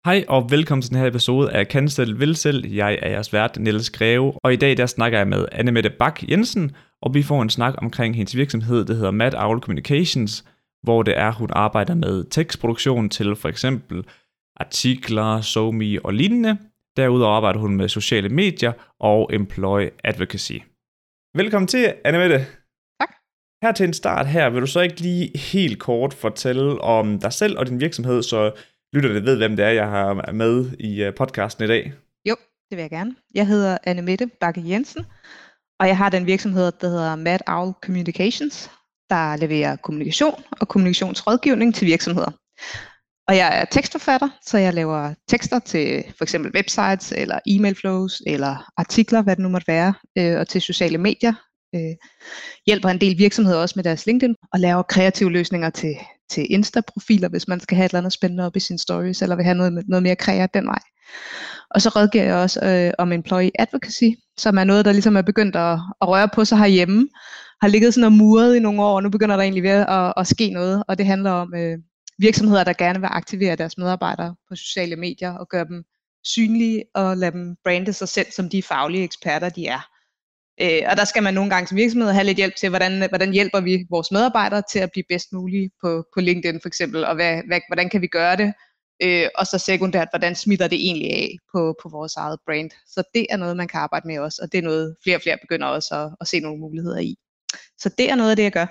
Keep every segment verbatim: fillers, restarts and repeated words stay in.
Hej og velkommen til den her episode af Kan Selv Vil Selv. Jeg er jeres vært, Niels Greve, og i dag der snakker jeg med Annemette Bak Jensen, og vi får en snak omkring hendes virksomhed, det hedder Mad Owl Communications, hvor det er, hun arbejder med tekstproduktion til for eksempel artikler, SoMe og lignende. Derudover arbejder hun med sociale medier og employee advocacy. Velkommen til, Annemette. Tak. Her til en start her, vil du så ikke lige helt kort fortælle om dig selv og din virksomhed, så lytterne ved, hvem det er, jeg har med i podcasten i dag? Jo, det vil jeg gerne. Jeg hedder Annemette Bak Jensen, og jeg har den virksomhed, der hedder Mad Owl Communications, der leverer kommunikation og kommunikationsrådgivning til virksomheder. Og jeg er tekstforfatter, så jeg laver tekster til for eksempel websites, eller e-mail flows, eller artikler, hvad det nu måtte være, øh, og til sociale medier. Øh, hjælper en del virksomheder også med deres LinkedIn, og laver kreative løsninger til, til Insta-profiler, hvis man skal have et eller andet spændende op i sine stories, eller vil have noget, noget mere kreativt den vej. Og så rådgiver jeg også øh, om employee advocacy, som er noget, der ligesom er begyndt at, at røre på sig herhjemme. Har ligget sådan og muret i nogle år, og nu begynder der egentlig ved at, at ske noget, og det handler om øh, virksomheder, der gerne vil aktivere deres medarbejdere på sociale medier, og gøre dem synlige, og lade dem brande sig selv som de faglige eksperter, de er. Øh, og der skal man nogle gange som virksomhed have lidt hjælp til, hvordan, hvordan hjælper vi vores medarbejdere til at blive bedst mulige på, på LinkedIn for eksempel, og hvad, hvad, hvordan kan vi gøre det, øh, og så sekundært, hvordan smitter det egentlig af på, på vores eget brand. Så det er noget, man kan arbejde med også, og det er noget, flere og flere begynder også at, at se nogle muligheder i. Så det er noget af det, jeg gør.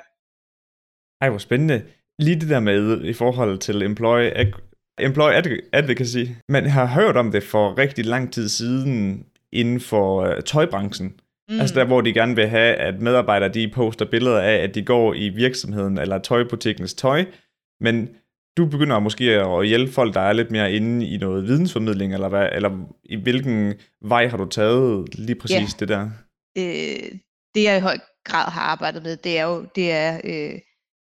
Ej, hvor spændende. Lige det der med i forhold til employee, employee advocacy. Man har hørt om det for rigtig lang tid siden inden for uh, tøjbranchen. Mm. Altså der, hvor de gerne vil have, at medarbejdere de poster billeder af, at de går i virksomheden eller tøjbutikkens tøj. Men du begynder måske at hjælpe folk, der er lidt mere inde i noget vidensformidling, eller hvad? Eller i hvilken vej har du taget lige præcis yeah. det der? Øh, det jeg i høj grad har arbejdet med, det er jo det er øh,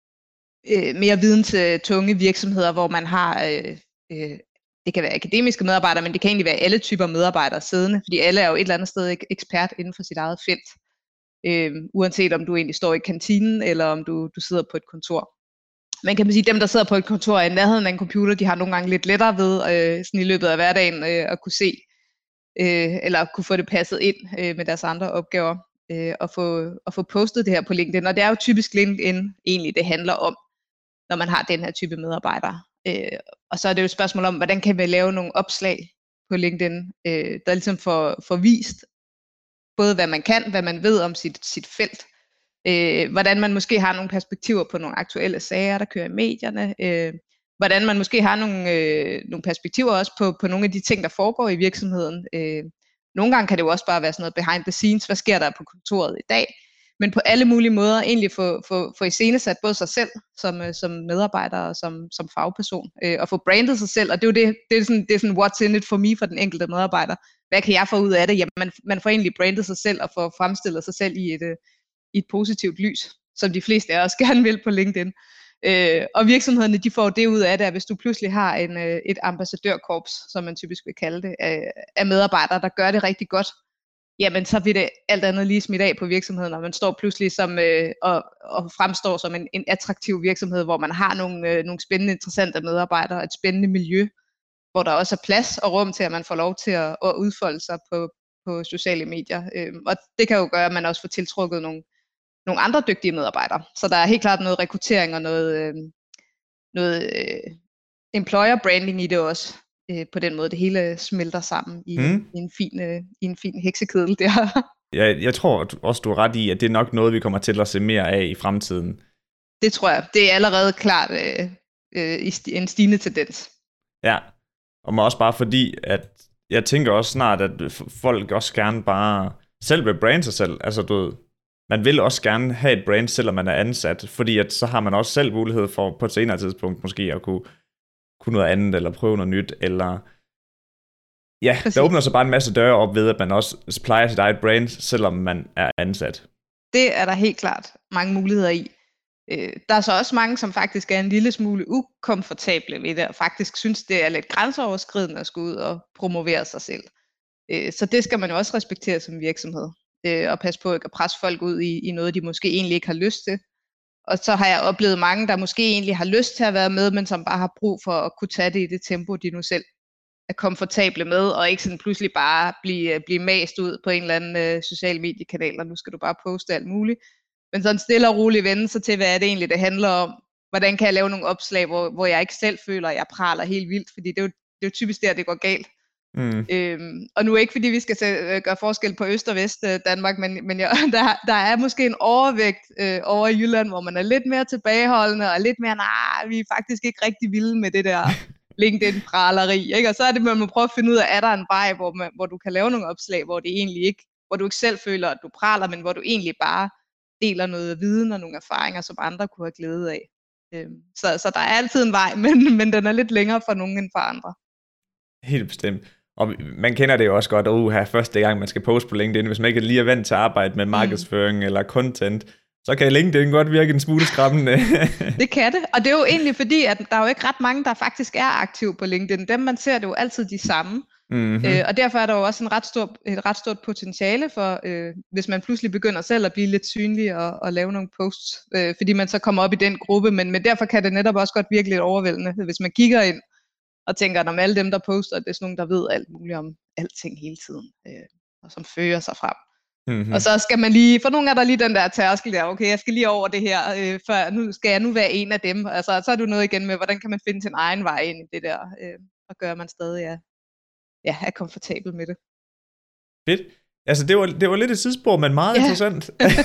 øh, mere viden til tunge virksomheder, hvor man har øh, øh, det kan være akademiske medarbejdere, men det kan egentlig være alle typer medarbejdere siddende, fordi alle er jo et eller andet sted ekspert inden for sit eget felt. Øh, uanset om du egentlig står i kantinen, eller om du, du sidder på et kontor. Man kan sige, at dem, der sidder på et kontor i nærheden af en computer, de har nogle gange lidt lettere ved øh, sådan i løbet af hverdagen øh, at kunne se, øh, eller kunne få det passet ind øh, med deres andre opgaver, øh, og, få, og få postet det her på LinkedIn. Og det er jo typisk LinkedIn egentlig, det handler om, når man har den her type medarbejdere. Øh, og så er det jo et spørgsmål om, hvordan kan vi lave nogle opslag på LinkedIn, øh, der ligesom får, får vist, både hvad man kan, hvad man ved om sit, sit felt, øh, hvordan man måske har nogle perspektiver på nogle aktuelle sager, der kører i medierne, øh, hvordan man måske har nogle, øh, nogle perspektiver også på, på nogle af de ting, der foregår i virksomheden. Øh, nogle gange kan det jo også bare være sådan noget behind the scenes, hvad sker der på kontoret i dag, men på alle mulige måder egentlig få, få, få iscenesat både sig selv som, som medarbejder og som, som fagperson, øh, og få brandet sig selv, og det er jo det, det er sådan, det er sådan what's in it for me for den enkelte medarbejder. Hvad kan jeg få ud af det? Jamen man, man får egentlig brandet sig selv og får fremstillet sig selv i et, øh, i et positivt lys, som de fleste af os gerne vil på LinkedIn. Øh, og virksomhederne, de får det ud af det, at hvis du pludselig har en, øh, et ambassadørkorps, som man typisk vil kalde det, af, af medarbejdere, der gør det rigtig godt, jamen så vil det alt andet lige smitte af på virksomheden, og man står pludselig som, øh, og, og fremstår som en, en attraktiv virksomhed, hvor man har nogle, øh, nogle spændende, interessante medarbejdere, og et spændende miljø, hvor der også er plads og rum til, at man får lov til at, at udfolde sig på, på sociale medier. Øh, og det kan jo gøre, at man også får tiltrukket nogle, nogle andre dygtige medarbejdere. Så der er helt klart noget rekruttering og noget, øh, noget øh, employer branding i det også. På den måde, det hele smelter sammen i, mm. i, en, fin, øh, i en fin heksekedel der. Ja, jeg tror også, du er ret i, at det er nok noget, vi kommer til at se mere af i fremtiden. Det tror jeg. Det er allerede klart øh, øh, en stigende tendens. Ja, og også bare fordi, at jeg tænker også snart, at folk også gerne bare selv vil brande sig selv. Altså, du ved, man vil også gerne have et brand, selvom man er ansat, fordi at så har man også selv mulighed for på et senere tidspunkt måske at kunne kunne noget andet, eller prøve noget nyt, eller ja, præcis. Der åbner så bare en masse døre op ved, at man også plejer sit eget brand, selvom man er ansat. Det er der helt klart mange muligheder i. Øh, der er så også mange, som faktisk er en lille smule ukomfortable ved det, og faktisk synes, det er lidt grænseoverskridende at skulle ud og promovere sig selv. Øh, så det skal man jo også respektere som virksomhed, øh, og passe på ikke at presse folk ud i, i noget, de måske egentlig ikke har lyst til. Og så har jeg oplevet mange, der måske egentlig har lyst til at være med, men som bare har brug for at kunne tage det i det tempo, de nu selv er komfortable med, og ikke sådan pludselig bare blive, blive mast ud på en eller anden øh, social mediekanal, og nu skal du bare poste alt muligt. Men sådan stille og roligt vende sig til, hvad er det egentlig, det handler om. Hvordan kan jeg lave nogle opslag, hvor, hvor jeg ikke selv føler, at jeg praler helt vildt, fordi det er jo, det er jo typisk der, det går galt. Mm. Øhm, og nu er ikke fordi vi skal se, gøre forskel på Øst og Vest øh, Danmark, men, men jeg, der, der er måske en overvægt øh, over i Jylland, hvor man er lidt mere tilbageholdende, og lidt mere, nej, vi er faktisk ikke rigtig vilde med det der LinkedIn-praleri, ikke? Og så er det, man må prøve at finde ud af, er der en vej, hvor, man, hvor du kan lave nogle opslag, hvor det egentlig ikke, hvor du ikke selv føler, at du praler, men hvor du egentlig bare deler noget viden og nogle erfaringer, som andre kunne have glæde af. Øhm, så, så der er altid en vej, men, men den er lidt længere for nogen end for andre. Helt bestemt. Og man kender det jo også godt, at uh, her første gang, man skal poste på LinkedIn, hvis man ikke lige er vant til at arbejde med markedsføring mm. eller content, så kan LinkedIn godt virke en smule skræmmende. Det kan det, og det er jo egentlig fordi, at der er jo ikke ret mange, der faktisk er aktive på LinkedIn. Dem, man ser, det er jo altid de samme. Mm-hmm. Øh, og derfor er der jo også en ret stor, et ret stort potentiale for, øh, hvis man pludselig begynder selv at blive lidt synlig og, og lave nogle posts, øh, fordi man så kommer op i den gruppe, men, men derfor kan det netop også godt virke lidt overvældende, hvis man kigger ind og tænker, at om alle dem, der poster, det er sådan nogen, der ved alt muligt om alting hele tiden, øh, og som fører sig frem. Mm-hmm. Og så skal man lige, for nogle er der lige den der tærskel der, okay, jeg skal lige over det her, øh, for nu skal jeg nu være en af dem. Altså, så er du noget igen med, hvordan kan man finde sin egen vej ind i det der, øh, og gøre, at man stadig er, ja, er komfortabel med det. Fedt. Altså, det var, det var lidt et sidespor, men meget ja. Interessant.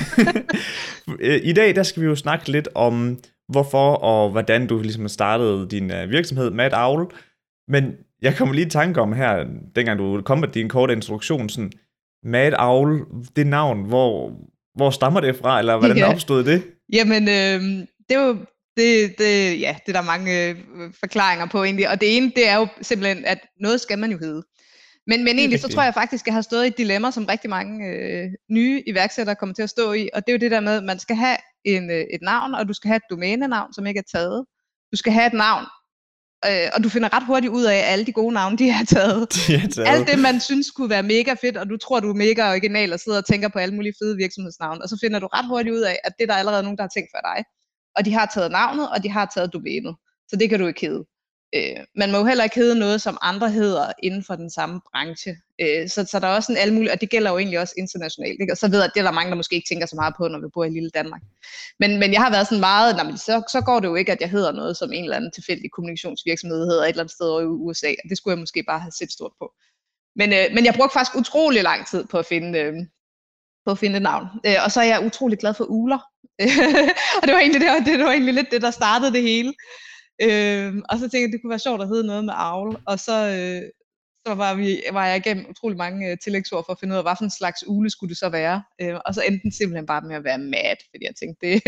I dag, der skal vi jo snakke lidt om, hvorfor og hvordan du ligesom startede din uh, virksomhed, Mad Owl. Men jeg kommer lige i tanke om her, dengang du kom med din korte introduktion, sådan, Mad Owl, det navn, hvor, hvor stammer det fra, eller hvordan ja. Opstod det? Jamen, øh, det er jo, det, det, ja, det er der mange øh, forklaringer på egentlig, og det ene, det er jo simpelthen, at noget skal man jo hedde. Men, men egentlig, så tror jeg faktisk, at jeg har stået i et dilemma, som rigtig mange øh, nye iværksættere kommer til at stå i, og det er jo det der med, at man skal have en, øh, et navn, og du skal have et domænenavn, som ikke er taget. Du skal have et navn, øh, og du finder ret hurtigt ud af, at alle de gode navne, de er taget. De er taget. Alt det, man synes kunne være mega fedt, og du tror, du er mega original, og sidder og tænker på alle mulige fede virksomhedsnavne, og så finder du ret hurtigt ud af, at det er der allerede nogen, der har tænkt for dig. Og de har taget navnet, og de har taget domænet. Så det kan du ikke hedde. Øh, man må jo heller ikke hedde noget, som andre hedder inden for den samme branche. Øh, så, så der er også en alle mulige, og det gælder jo egentlig også internationalt. Ikke? Og så ved jeg, at det er der mange, der måske ikke tænker så meget på, når vi bor i lille Danmark. Men, men jeg har været sådan meget, nej, men så, så går det jo ikke, at jeg hedder noget, som en eller anden tilfældig kommunikationsvirksomhed hedder et eller andet sted over i U S A. Det skulle jeg måske bare have set stort på. Men, øh, men jeg brugte faktisk utrolig lang tid på at finde, øh, på at finde et navn. Øh, og så er jeg utrolig glad for ugler. Og det var, egentlig, det, var, det var egentlig lidt det, der startede det hele. Øhm, og så tænkte jeg, det kunne være sjovt at hedde noget med Owl, og så, øh, så var, vi, var jeg igennem utrolig mange øh, tillægsord for at finde ud af, hvad for en slags ugle skulle det så være, øh, og så endte den simpelthen bare med at være mad, fordi jeg tænkte, det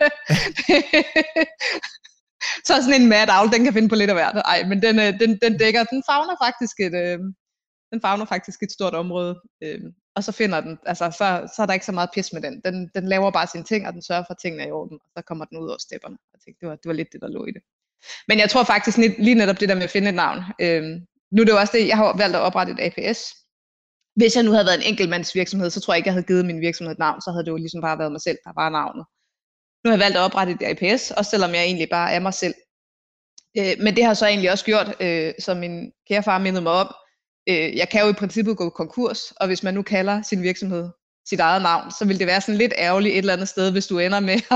så sådan en mad Owl, den kan finde på lidt af hvert. Ej, men den, øh, den, den dækker, den favner faktisk et, øh, den favner faktisk et stort område, øh, og så finder den, altså så, så er der ikke så meget pis med den. den, den laver bare sine ting, og den sørger for, at tingene er i orden, og så kommer den ud over stepperne. Jeg tænkte, det var, det var lidt det, der lå i det. Men jeg tror faktisk lige netop det der med at finde et navn. Øhm, nu er det jo også det, jeg har valgt at oprette et A P S. Hvis jeg nu havde været en enkeltmandsvirksomhed, så tror jeg ikke, jeg havde givet min virksomhed et navn, så havde det jo ligesom bare været mig selv, der var navnet. Nu har jeg valgt at oprette et A P S, også selvom jeg egentlig bare er mig selv. Øh, men det har så egentlig også gjort, øh, som min kære far mindede mig om, øh, jeg kan jo i princippet gå konkurs, og hvis man nu kalder sin virksomhed sit eget navn, så vil det være sådan lidt ærgerligt et eller andet sted, hvis du ender med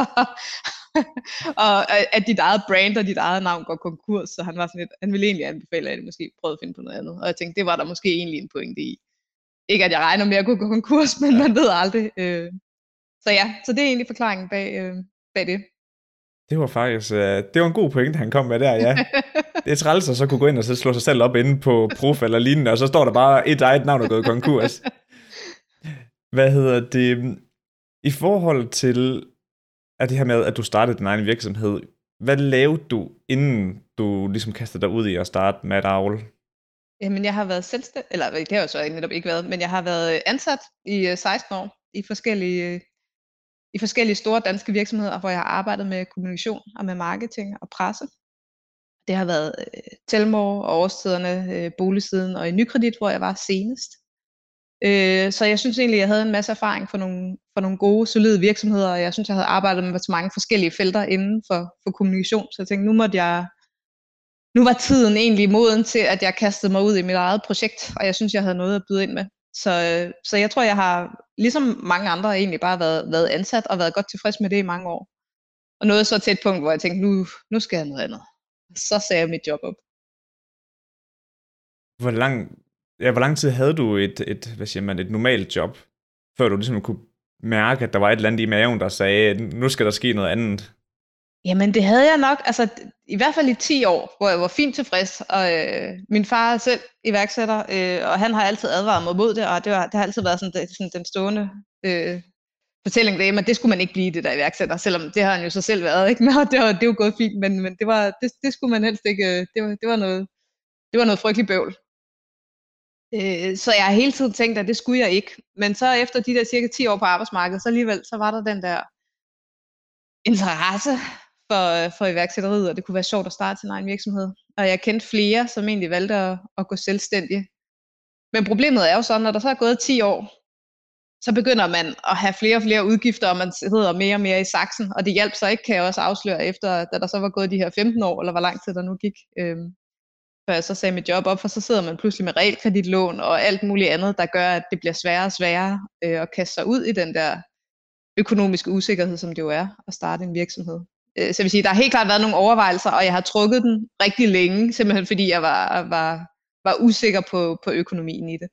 og at dit eget brand og dit eget navn går konkurs, så han var sådan lidt, han ville egentlig anbefale, at jeg måske prøvede at finde på noget andet, og jeg tænkte, det var der måske egentlig en pointe i. Ikke at jeg regner med at kunne gå konkurs, men man ved aldrig. Øh. Så ja, så det er egentlig forklaringen bag, øh, bag det. Det var faktisk, øh, det var en god pointe, han kom med der, ja. Det er træls at så kunne gå ind og så slå sig selv op inde på Prof eller lignende, og så står der bare et eget navn, der er gået konkurs. Hvad hedder det? I forhold til at det her med, at du startede din egen virksomhed, hvad lavede du, inden du ligesom kastede dig ud i at starte Mad Owl? Jamen, jeg har været selvstændig, eller det har jeg så netop ikke været, men jeg har været ansat i seksten år i forskellige, i forskellige store danske virksomheder, hvor jeg har arbejdet med kommunikation og med marketing og presse. Det har været øh, Telmore og Årstiderne, øh, Boligsiden og i Nykredit, hvor jeg var senest. Øh, så jeg synes egentlig, jeg havde en masse erfaring for nogle, for nogle gode, solide virksomheder, og jeg synes, jeg havde arbejdet med så mange forskellige felter inden for, for kommunikation, så jeg tænkte, nu måtte jeg, nu var tiden egentlig moden til, at jeg kastede mig ud i mit eget projekt, og jeg synes, jeg havde noget at byde ind med. Så, øh, så jeg tror, jeg har, ligesom mange andre, egentlig bare været, været ansat og været godt tilfreds med det i mange år. Og nåede så til et punkt, hvor jeg tænkte, nu, nu skal jeg noget andet. Så sagde jeg mit job op. Hvor lang, ja, hvor lang tid havde du et, et, hvad siger man, et normalt job, før du ligesom kunne mærke, at der var et eller andet i maven, der sagde, nu skal der ske noget andet? Jamen det havde jeg nok, altså i hvert fald i ti år, hvor jeg var fint tilfreds, og øh, min far er selv iværksætter, øh, og han har altid advaret mig mod det, og det, var, det har altid været sådan, det, sådan den stående øh, fortælling derhjemme, at det skulle man ikke blive, det der iværksætter, selvom det har han jo så selv været, ikke? Nå, det var, det var gået fint, men, men det, var, det, det skulle man helst ikke, det var, det var noget, det var noget frygteligt bøvl. Øh, så jeg har hele tiden tænkt, at det skulle jeg ikke, men så efter de der cirka ti år på arbejdsmarkedet, så alligevel, så var der den der interesse for, for iværksætteriet, og det kunne være sjovt at starte sin egen virksomhed. Og jeg kendte flere, som egentlig valgte at, at gå selvstændig. Men problemet er jo så, når der så er gået ti år, så begynder man at have flere og flere udgifter, og man sidder mere og mere i saksen, og det hjalp så ikke, kan jeg også afsløre, efter da der så var gået de her femten år, eller hvor lang tid der nu gik, øhm, før jeg så sagde mit job op, for så sidder man pludselig med realkreditlån og alt muligt andet, der gør, at det bliver sværere og sværere øh, at kaste sig ud i den der økonomiske usikkerhed, som det jo er at starte en virksomhed. Så jeg vil sige, der har helt klart været nogle overvejelser, og jeg har trukket den rigtig længe, simpelthen fordi jeg var, var, var usikker på, på økonomien i det.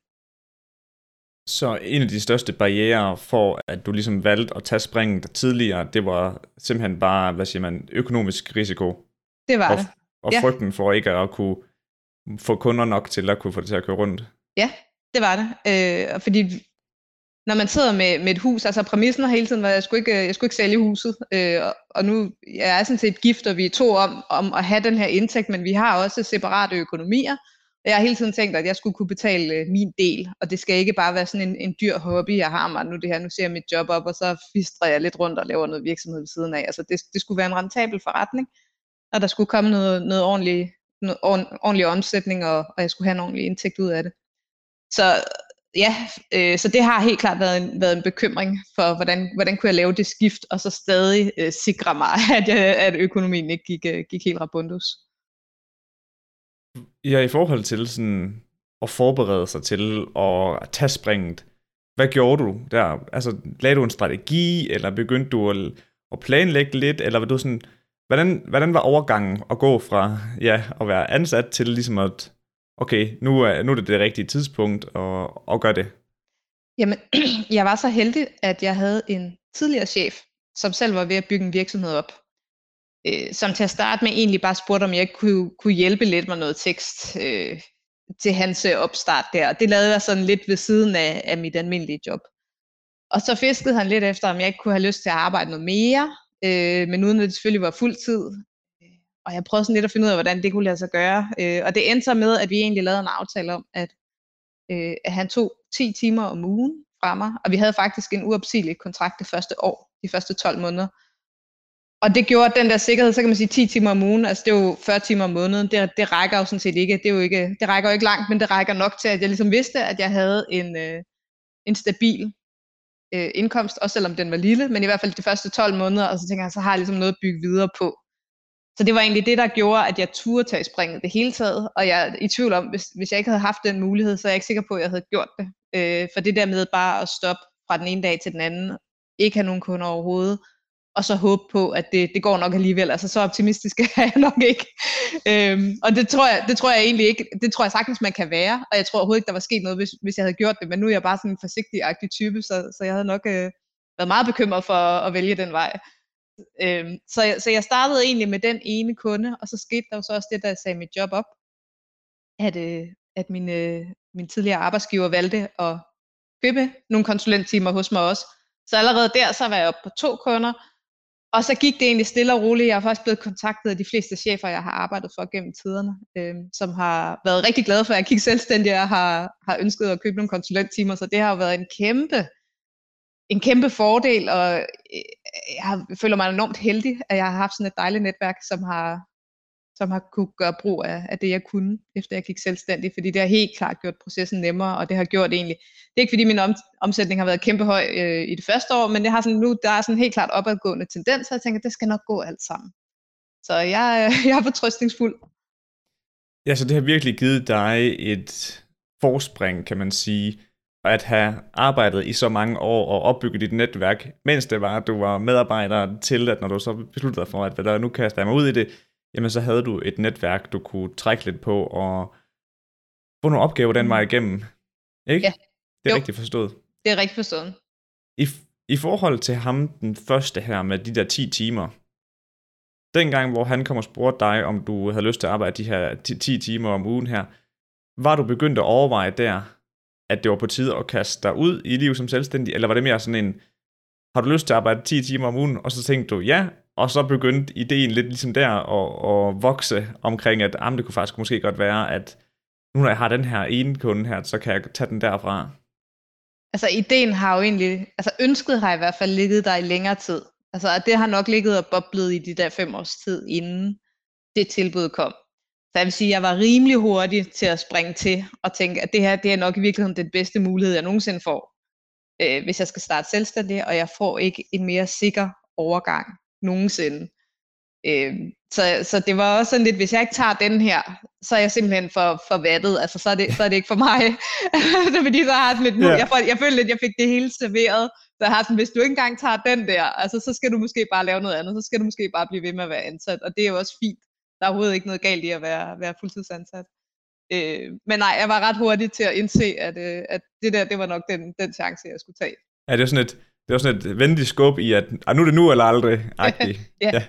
Så en af de største barrierer for, at du ligesom valgte at tage springet tidligere, det var simpelthen bare, hvad siger man, økonomisk risiko? Det var og, det. Og ja. frygten for ikke at kunne få kunder nok til at kunne få det til at køre rundt? Ja, det var det. Øh, fordi når man sidder med, med et hus, altså præmissen har hele tiden været, at jeg skulle ikke, jeg skulle ikke sælge huset, øh, og nu jeg er sådan set gift, og vi er to om, om at have den her indtægt, men vi har også separate økonomier, og jeg har hele tiden tænkt, at jeg skulle kunne betale øh, min del, og det skal ikke bare være sådan en, en dyr hobby, jeg har mig nu det her, nu ser jeg mit job op, og så fistrer jeg lidt rundt og laver noget virksomhed ved siden af, altså det, det skulle være en rentabel forretning, og der skulle komme noget, noget ordentlig, noget ordentlig omsætning, og, og jeg skulle have en ordentlig indtægt ud af det. Så ja, øh, så det har helt klart været en, været en bekymring for, hvordan, hvordan kunne jeg lave det skift, og så stadig øh, sikre mig, at, jeg, at økonomien ikke gik, øh, gik helt rabundus. Ja, i forhold til sådan at forberede sig til at tage springet, hvad gjorde du der? Altså, lagde du en strategi, eller begyndte du at, at planlægge lidt, eller var du sådan, hvordan, hvordan var overgangen at gå fra ja, at være ansat til ligesom at okay, nu er, nu er det det rigtige tidspunkt at, at gøre det? Jamen, jeg var så heldig, at jeg havde en tidligere chef, som selv var ved at bygge en virksomhed op, øh, som til at starte med egentlig bare spurgte, om jeg ikke kunne, kunne hjælpe lidt med noget tekst øh, til hans opstart der. Det lavede jeg sådan lidt ved siden af, af mit almindelige job. Og så fiskede han lidt efter, om jeg ikke kunne have lyst til at arbejde noget mere, øh, men uden at det selvfølgelig var fuld tid. Og jeg prøvede sådan lidt at finde ud af, hvordan det kunne lade sig gøre. Øh, og det endte så med, at vi egentlig lavede en aftale om, at, øh, at han tog ti timer om ugen fra mig. Og vi havde faktisk en uopsigelig kontrakt det første år, de første tolv måneder. Og det gjorde den der sikkerhed, så kan man sige ti timer om ugen, altså det er jo fyrre timer om måneden, det, det rækker jo sådan set ikke. Det, er jo ikke, det rækker jo ikke langt, men det rækker nok til, at jeg ligesom vidste, at jeg havde en, øh, en stabil øh, indkomst, også selvom den var lille, men i hvert fald de første tolv måneder, og så tænker jeg, så har jeg ligesom noget at bygge videre på. Så det var egentlig det, der gjorde, at jeg turde tage springet det hele taget, og jeg er i tvivl om, hvis, hvis jeg ikke havde haft den mulighed, så er jeg ikke sikker på, at jeg havde gjort det. Øh, for det der med bare at stoppe fra den ene dag til den anden, ikke have nogen kunder overhovedet, og så håbe på, at det, det går nok alligevel. Altså så optimistisk er jeg nok ikke. Øhm, og det tror, jeg, det tror jeg egentlig ikke, det tror jeg sagtens, man kan være, og jeg tror overhovedet ikke, der var sket noget, hvis, hvis jeg havde gjort det, men nu er jeg bare sådan en forsigtig-agtig type, så, så jeg havde nok øh, været meget bekymret for at vælge den vej. Øhm, så, jeg, så jeg startede egentlig med den ene kunde, og så skete der jo så også det, da jeg sagde mit job op, at, øh, at min, øh, min tidligere arbejdsgiver valgte at købe nogle konsulenttimer hos mig også. Så allerede der, så var jeg oppe på to kunder, og så gik det egentlig stille og roligt. Jeg har faktisk blevet kontaktet af de fleste chefer, jeg har arbejdet for gennem tiderne, øh, som har været rigtig glade for, at jeg gik selvstændig og har, har ønsket at købe nogle konsulenttimer, så det har jo været en kæmpe en kæmpe fordel, og jeg har, føler mig enormt heldig, at jeg har haft sådan et dejligt netværk, som har, som har kunne gøre brug af, af det, jeg kunne, efter jeg gik selvstændig, fordi det har helt klart gjort processen nemmere, og det har gjort egentlig, det er ikke fordi min om, omsætning har været kæmpe høj øh, i det første år, men det har sådan, nu der er sådan helt klart opadgående tendens, og jeg tænker, det skal nok gå alt sammen. Så jeg, jeg er fortrøstningsfuld. Ja, så det har virkelig givet dig et forspring, kan man sige, at have arbejdet i så mange år og opbygget dit netværk, mens det var, at du var medarbejder til, at når du så besluttede dig for, at hvad der nu kaster jeg mig ud i det, jamen så havde du et netværk, du kunne trække lidt på og få nogle opgaver den vej igennem. Ikke? Ja. Det er Jo. rigtigt forstået. Det er rigtigt forstået. I, I forhold til ham, den første her med de der ti timer, dengang, hvor han kom og spurgte dig, om du havde lyst til at arbejde de her ti timer om ugen her, var du begyndt at overveje der, at det var på tide at kaste dig ud i liv som selvstændig, eller var det mere sådan en, har du lyst til at arbejde ti timer om ugen, og så tænkte du ja, og så begyndte ideen lidt ligesom der at, at vokse omkring, at jamen, det kunne faktisk måske godt være, at nu når jeg har den her ene kunde her, så kan jeg tage den derfra. Altså ideen har jo egentlig, altså ønsket har i hvert fald ligget der i længere tid. Altså det har nok ligget og boblet i de der fem års tid, inden det tilbud kom. Så jeg vil sige, at jeg var rimelig hurtig til at springe til og tænke, at det her det er nok i virkeligheden den bedste mulighed, jeg nogensinde får, øh, hvis jeg skal starte selvstændig, og jeg får ikke en mere sikker overgang nogensinde. Øh, så, så det var også sådan lidt, hvis jeg ikke tager den her, så er jeg simpelthen for, for vattet, altså så er, det, så er det ikke for mig. Så fordi så har jeg sådan lidt nu, yeah. jeg, jeg følte lidt, jeg fik det hele serveret, så jeg har sådan, hvis du ikke engang tager den der, altså så skal du måske bare lave noget andet, så skal du måske bare blive ved med at være ansat, og det er jo også fint. Der er overhovedet ikke noget galt i at være, være fuldtidsansat. Øh, men nej, jeg var ret hurtig til at indse, at, øh, at det der, det var nok den, den chance, jeg skulle tage. Ja, det er sådan et, det var sådan et venligt skub i, at nu er det nu eller aldrig-agtigt. Ja. Ja.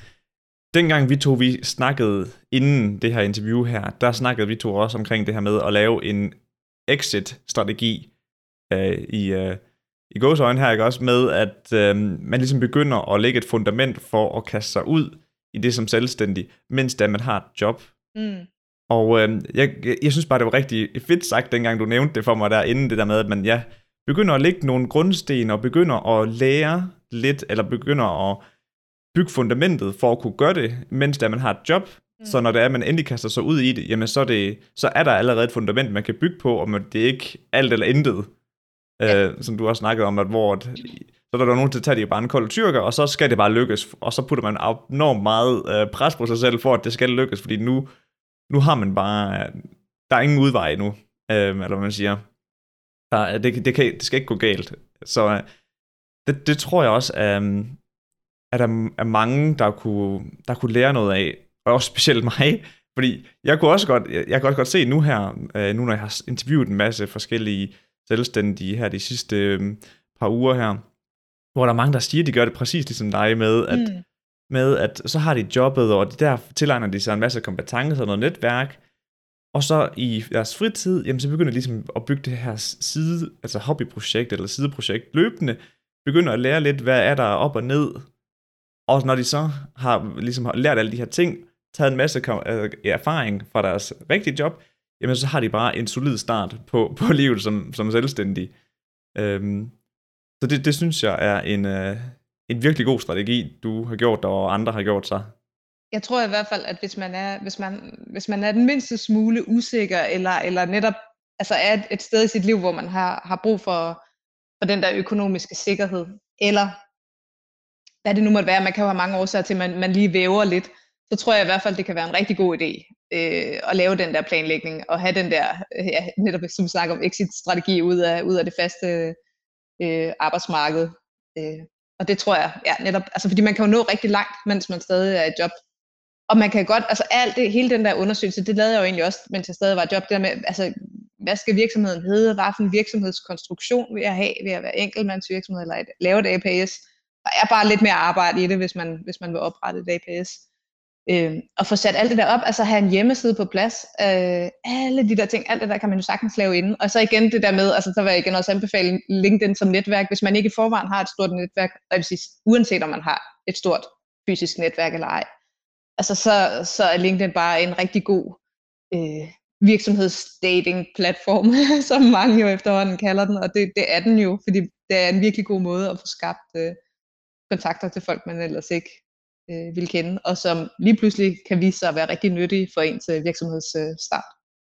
Dengang vi to vi snakkede inden det her interview her, der snakkede vi to også omkring det her med at lave en exit-strategi øh, i, øh, i gåseøjne her, ikke også med, at øh, man ligesom begynder at lægge et fundament for at kaste sig ud i det som selvstændig, mens da man har et job. Mm. Og øh, jeg, jeg synes bare, det var rigtig fedt sagt, dengang du nævnte det for mig der, inden det der med, at man ja, begynder at lægge nogle grundsten, og begynder at lære lidt, eller begynder at bygge fundamentet for at kunne gøre det, mens da man har et job. Mm. Så når det er, at man endelig kaster sig ud i det, jamen så er, det, så er der allerede et fundament, man kan bygge på, og det er ikke alt eller intet. Ja. Øh, som du også snakkede om, at hvor at, så er der nogen til at tage det bare en kold tyrker, og så skal det bare lykkes, og så putter man enormt meget øh, pres på sig selv, for at det skal lykkes, fordi nu, nu har man bare, der er ingen udvej nu, øh, eller hvad man siger. Der, det, det, kan, det skal ikke gå galt. Så øh, det, det tror jeg også, øh, at der er mange, der kunne, der kunne lære noget af, og også specielt mig, fordi jeg kunne også godt, jeg, jeg kan også godt se nu her, øh, nu når jeg har interviewet en masse forskellige selvstændige her de sidste øh, par uger her, hvor der er mange, der siger, at de gør det præcis ligesom dig med, at, mm. med, at så har de jobbet, og der tilegner de sig en masse kompetencer og noget netværk, og så i deres fritid, jamen så begynder de ligesom at bygge det her side, altså hobbyprojekt eller sideprojekt løbende, begynder at lære lidt, hvad er der op og ned, og når de så har ligesom lært alle de her ting, taget en masse erfaring fra deres rigtige job, jamen så har de bare en solid start på, på livet som, som selvstændig. Øhm, så det, det synes jeg er en, øh, en virkelig god strategi, du har gjort, og andre har gjort sig. Jeg tror i hvert fald, at hvis man er, hvis man, hvis man er den mindste smule usikker, eller, eller netop altså er et, et sted i sit liv, hvor man har, har brug for, for den der økonomiske sikkerhed, eller hvad det nu måtte være, man kan jo have mange årsager til, at man, man lige væver lidt, så tror jeg i hvert fald, det kan være en rigtig god idé øh, at lave den der planlægning, og have den der, ja, netop som vi snakker om, exit-strategi ud af, ud af det faste øh, arbejdsmarked. Øh, og det tror jeg, ja, netop, altså fordi man kan jo nå rigtig langt, mens man stadig er i job. Og man kan godt, altså alt det, hele den der undersøgelse, det lavede jeg jo egentlig også, mens jeg stadig var i job, det der med, altså, hvad skal virksomheden hedde, hvad for en virksomhedskonstruktion vil jeg have, vil jeg være enkeltmandsvirksomhed, eller et, lave et A P S. Der er bare lidt mere arbejde i det, hvis man, hvis man vil oprette et A P S. Øh, og få sat alt det der op, altså have en hjemmeside på plads, øh, alle de der ting, alt det der kan man jo sagtens lave inden. Og så igen det der med, altså så vil jeg igen også anbefale LinkedIn som netværk, hvis man ikke i forvejen har et stort netværk, og jeg vil sige, uanset om man har et stort fysisk netværk eller ej, altså så, så er LinkedIn bare en rigtig god øh, virksomhedsdating-platform, som mange jo efterhånden kalder den, og det, det er den jo, fordi det er en virkelig god måde at få skabt øh, kontakter til folk, man ellers ikke øh, vil kende, og som lige pludselig kan vise sig at være rigtig nyttige for ens øh, virksomhedsstart.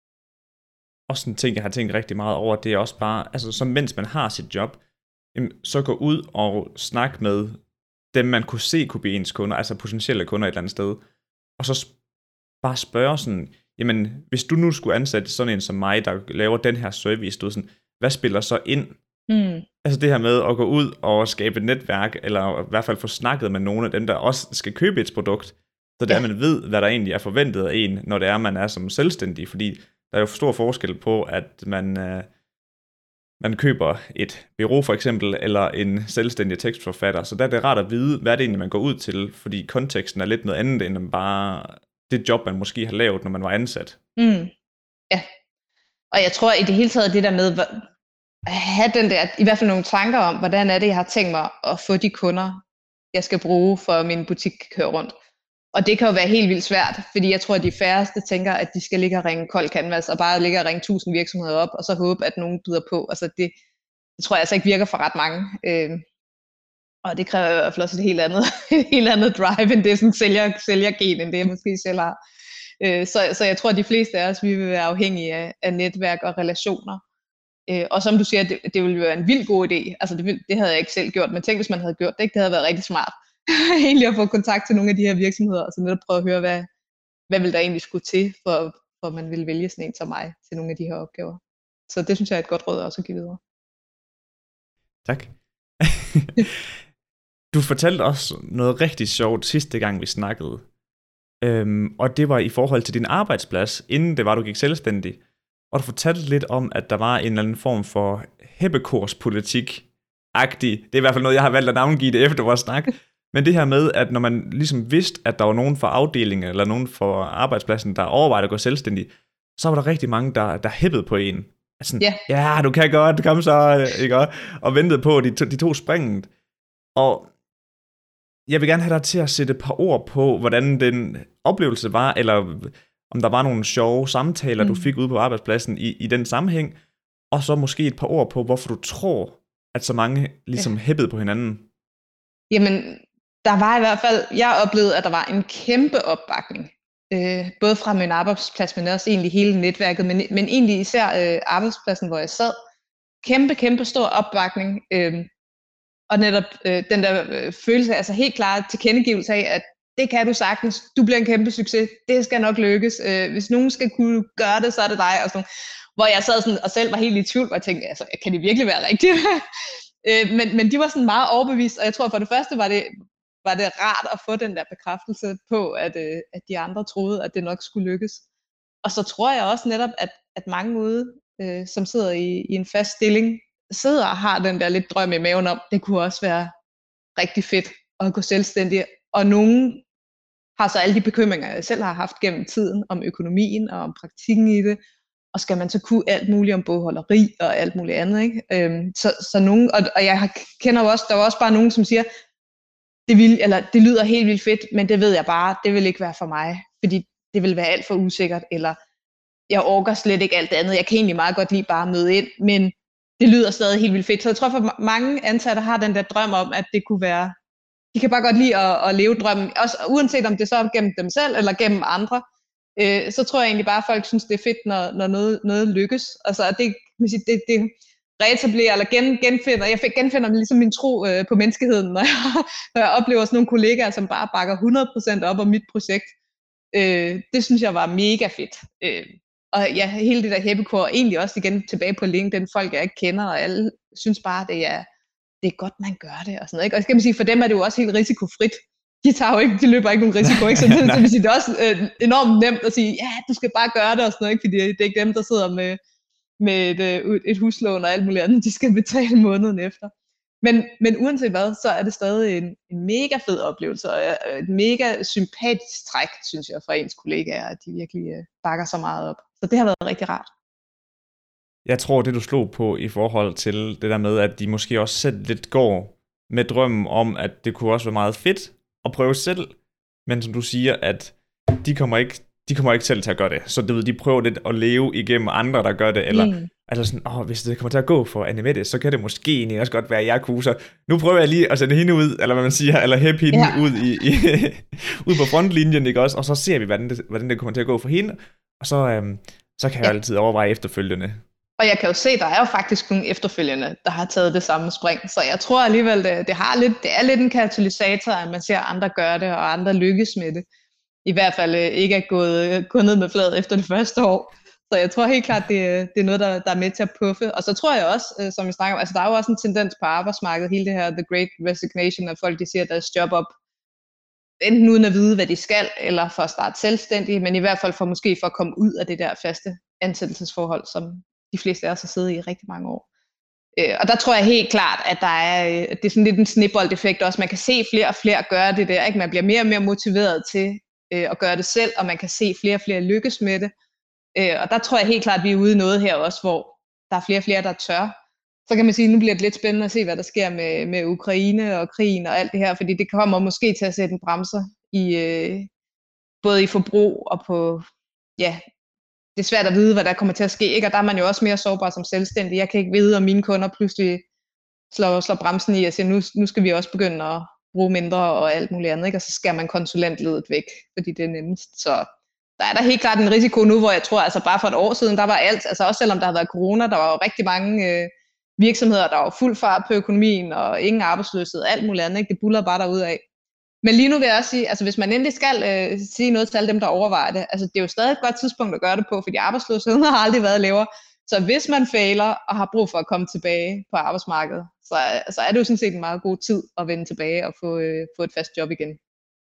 Også en ting, jeg har tænkt rigtig meget over, det er også bare, altså så mens man har sit job, så gå ud og snak med dem, man kunne se kunne blive ens kunder, altså potentielle kunder et eller andet sted, og så bare spørge sådan, jamen, hvis du nu skulle ansætte sådan en som mig, der laver den her service, du ved sådan, hvad spiller så ind? Mm. Altså det her med at gå ud og skabe et netværk, eller i hvert fald få snakket med nogle af dem, der også skal købe et produkt, så det er, at man ved, hvad der egentlig er forventet af en, når det er, man er som selvstændig, fordi der er jo stor forskel på, at man, øh, man køber et bureau for eksempel, eller en selvstændig tekstforfatter, så der er det rart at vide, hvad det egentlig, man går ud til, fordi konteksten er lidt noget andet, end bare det job, man måske har lavet, når man var ansat. Mm. Ja, og jeg tror i det hele taget, det der med at have den der, i hvert fald nogle tanker om, hvordan er det, jeg har tænkt mig at få de kunder, jeg skal bruge for, at min butik kan køre rundt. Og det kan jo være helt vildt svært, fordi jeg tror, at de færreste tænker, at de skal ligge og ringe kold canvas, og bare ligge og ringe tusind virksomheder op, og så håbe, at nogen byder på. Altså det, det tror jeg altså ikke virker for ret mange. Øh, og det kræver i hvert fald også et helt andet, et helt andet drive, end det sådan sælger, sælgergen, end det jeg måske selv har. Øh, så, så jeg tror, at de fleste af os, vi vil være afhængige af, af netværk og relationer. Øh, og som du siger, det, det ville jo være en vild god idé. Altså det, det havde jeg ikke selv gjort, men tænk, hvis man havde gjort det, ikke? Det havde været rigtig smart. Egentlig at få kontakt til nogle af de her virksomheder, og så netop prøve at høre, hvad, hvad vil der egentlig skulle til, for, for man vil vælge sådan en som mig til nogle af de her opgaver. Så det synes jeg er et godt råd også at give videre. Tak. Du fortalte også noget rigtig sjovt sidste gang, vi snakkede. Øhm, og det var i forhold til din arbejdsplads, inden det var, du gik selvstændig. Og du fortalte lidt om, at der var en eller anden form for heppekorspolitik-agtig. Det er i hvert fald noget, jeg har valgt at navngive det efter vores snak. Men det her med, at når man ligesom vidste, at der var nogen fra afdelingen, eller nogen fra arbejdspladsen, der overvejede at gå selvstændig, så var der rigtig mange, der, der hæppede på en. Altså, yeah. Ja, du kan godt, kom så, ikke? Og ventede på, de to, de to springet. Og jeg vil gerne have dig til at sætte et par ord på, hvordan den oplevelse var, eller om der var nogle sjove samtaler, mm. du fik ude på arbejdspladsen i, i den sammenhæng, og så måske et par ord på, hvorfor du tror, at så mange ligesom yeah. hæppede på hinanden. Jamen, der var i hvert fald, jeg oplevede, at der var en kæmpe opbakning, øh, både fra min arbejdsplads, men også egentlig hele netværket, men, men egentlig især øh, arbejdspladsen, hvor jeg sad. Kæmpe, kæmpe stor opbakning, øh, og netop øh, den der øh, følelse, altså helt klart tilkendegivelse af, at det kan du sagtens, du bliver en kæmpe succes, det skal nok lykkes, øh, hvis nogen skal kunne gøre det, så er det dig, og sådan, hvor jeg sad sådan, og selv var helt i tvivl, og jeg tænkte, altså, kan det virkelig være rigtigt? øh, men, men de var sådan meget overbevist, og jeg tror for det første var det, var det rart at få den der bekræftelse på, at, øh, at de andre troede, at det nok skulle lykkes. Og så tror jeg også netop, at, at mange ude, øh, som sidder i, i en fast stilling, sidder og har den der lidt drøm i maven om, det kunne også være rigtig fedt at gå selvstændig. Og nogen har så alle de bekymringer, jeg selv har haft gennem tiden, om økonomien og om praktikken i det, og skal man så kunne alt muligt om bogholderi og alt muligt andet, ikke? Øhm, så, så nogen, og, og jeg kender jo også, der var også bare nogen, som siger, det, vil, eller, det lyder helt vildt fedt, men det ved jeg bare, det vil ikke være for mig, fordi det vil være alt for usikkert, eller jeg orker slet ikke alt det andet, jeg kan egentlig meget godt lide bare at møde ind, men det lyder stadig helt vildt fedt. Så jeg tror, for mange ansatte har den der drøm om, at det kunne være, de kan bare godt lide at, at leve drømmen, også uanset om det så er gennem dem selv, eller gennem andre, øh, så tror jeg egentlig bare, at folk synes, det er fedt, når, når noget, noget lykkes. Altså, det, det, det reetablerer, eller gen, genfinder, jeg genfinder ligesom min tro øh, på menneskeheden, når jeg, når jeg oplever sådan nogle kollegaer, som bare bakker hundrede procent op om mit projekt. Øh, det synes jeg var mega fedt. Øh, Og ja, hele det der heppekor, egentlig også igen tilbage på LinkedIn, folk jeg ikke kender, og alle synes bare, det er, det er godt, man gør det, og sådan noget, ikke? Og skal man sige, for dem er det jo også helt risikofrit. De tager jo ikke, de løber ikke nogen risiko, ikke? Så det, så vil sige, det er også øh, enormt nemt at sige, ja, du skal bare gøre det, og sådan noget, ikke? Fordi det er ikke dem, der sidder med, med et, et huslån og alt muligt andet, de skal betale måneden efter. Men, men uanset hvad, så er det stadig en, en mega fed oplevelse, og et mega sympatisk træk, synes jeg, fra ens kollegaer, at de virkelig øh, bakker så meget op. Så det har været rigtig rart. Jeg tror, det du slog på i forhold til det der med, at de måske også selv lidt går med drømmen om, at det kunne også være meget fedt at prøve selv, men som du siger, at de kommer ikke, de kommer ikke selv til at gøre det. Så det ved, de prøver lidt at leve igennem andre, der gør det, eller mm. altså sådan, åh, hvis det kommer til at gå for Annemette, så kan det måske egentlig også godt være, at jeg kunne, så nu prøver jeg lige at sende hende ud, eller hvad man siger, eller hæppe hende ja. ud, i, i, ud på frontlinjen, ikke også? Og så ser vi, hvordan det, hvordan det kommer til at gå for hende, og så, øhm, så kan jeg ja. altid overveje efterfølgende. Og jeg kan jo se, der er jo faktisk nogle efterfølgende, der har taget det samme spring, så jeg tror alligevel, det, det, har lidt, det er lidt en katalysator, at man ser andre gøre det, og andre lykkes med det. i hvert fald øh, ikke er gået, gået ned med fladet efter det første år. Så jeg tror helt klart, det, det er noget, der, der er med til at puffe. Og så tror jeg også, øh, som vi snakker om, altså der er jo også en tendens på arbejdsmarkedet, hele det her The Great Resignation, at folk de siger deres job op, enten uden at vide, hvad de skal, eller for at starte selvstændigt, men i hvert fald for måske for at komme ud af det der faste ansættelsesforhold, som de fleste af os har siddet i rigtig mange år. Øh, og der tror jeg helt klart, at der er, det er sådan lidt en snibbold-effekt også. Man kan se flere og flere gøre det der, ikke? Man bliver mere og mere motiveret til øh, at gøre det selv, og man kan se flere og flere lykkes med det. Øh, og der tror jeg helt klart, at vi er ude i noget her også, hvor der er flere og flere, der tør. Så kan man sige, at nu bliver det lidt spændende at se, hvad der sker med, med Ukraine og krigen og alt det her, fordi det kommer måske til at sætte en bremser i øh, både i forbrug og på, ja, det er svært at vide, hvad der kommer til at ske, ikke? Og der er man jo også mere sårbar som selvstændig. Jeg kan ikke vide, om mine kunder pludselig slår, slår bremsen i og siger, nu, nu skal vi også begynde at bruge mindre og alt muligt andet, ikke? Og så skærer man konsulentledet væk, fordi det er nemmest. Så der er der helt klart en risiko nu, hvor jeg tror, altså bare for et år siden, der var alt, altså også selvom der har været corona, der var jo rigtig mange øh, virksomheder, der var fuld fart på økonomien, og ingen arbejdsløshed, alt muligt andet, ikke? Det buller bare derudad. Men lige nu vil jeg også sige, altså hvis man endelig skal øh, sige noget til alle dem, der overvejer det, altså det er jo stadig et godt tidspunkt at gøre det på, fordi arbejdsløsheden har aldrig været lavere. Så hvis man fejler og har brug for at komme tilbage på arbejdsmarkedet, så, så er det jo sådan set en meget god tid at vende tilbage og få, øh, få et fast job igen.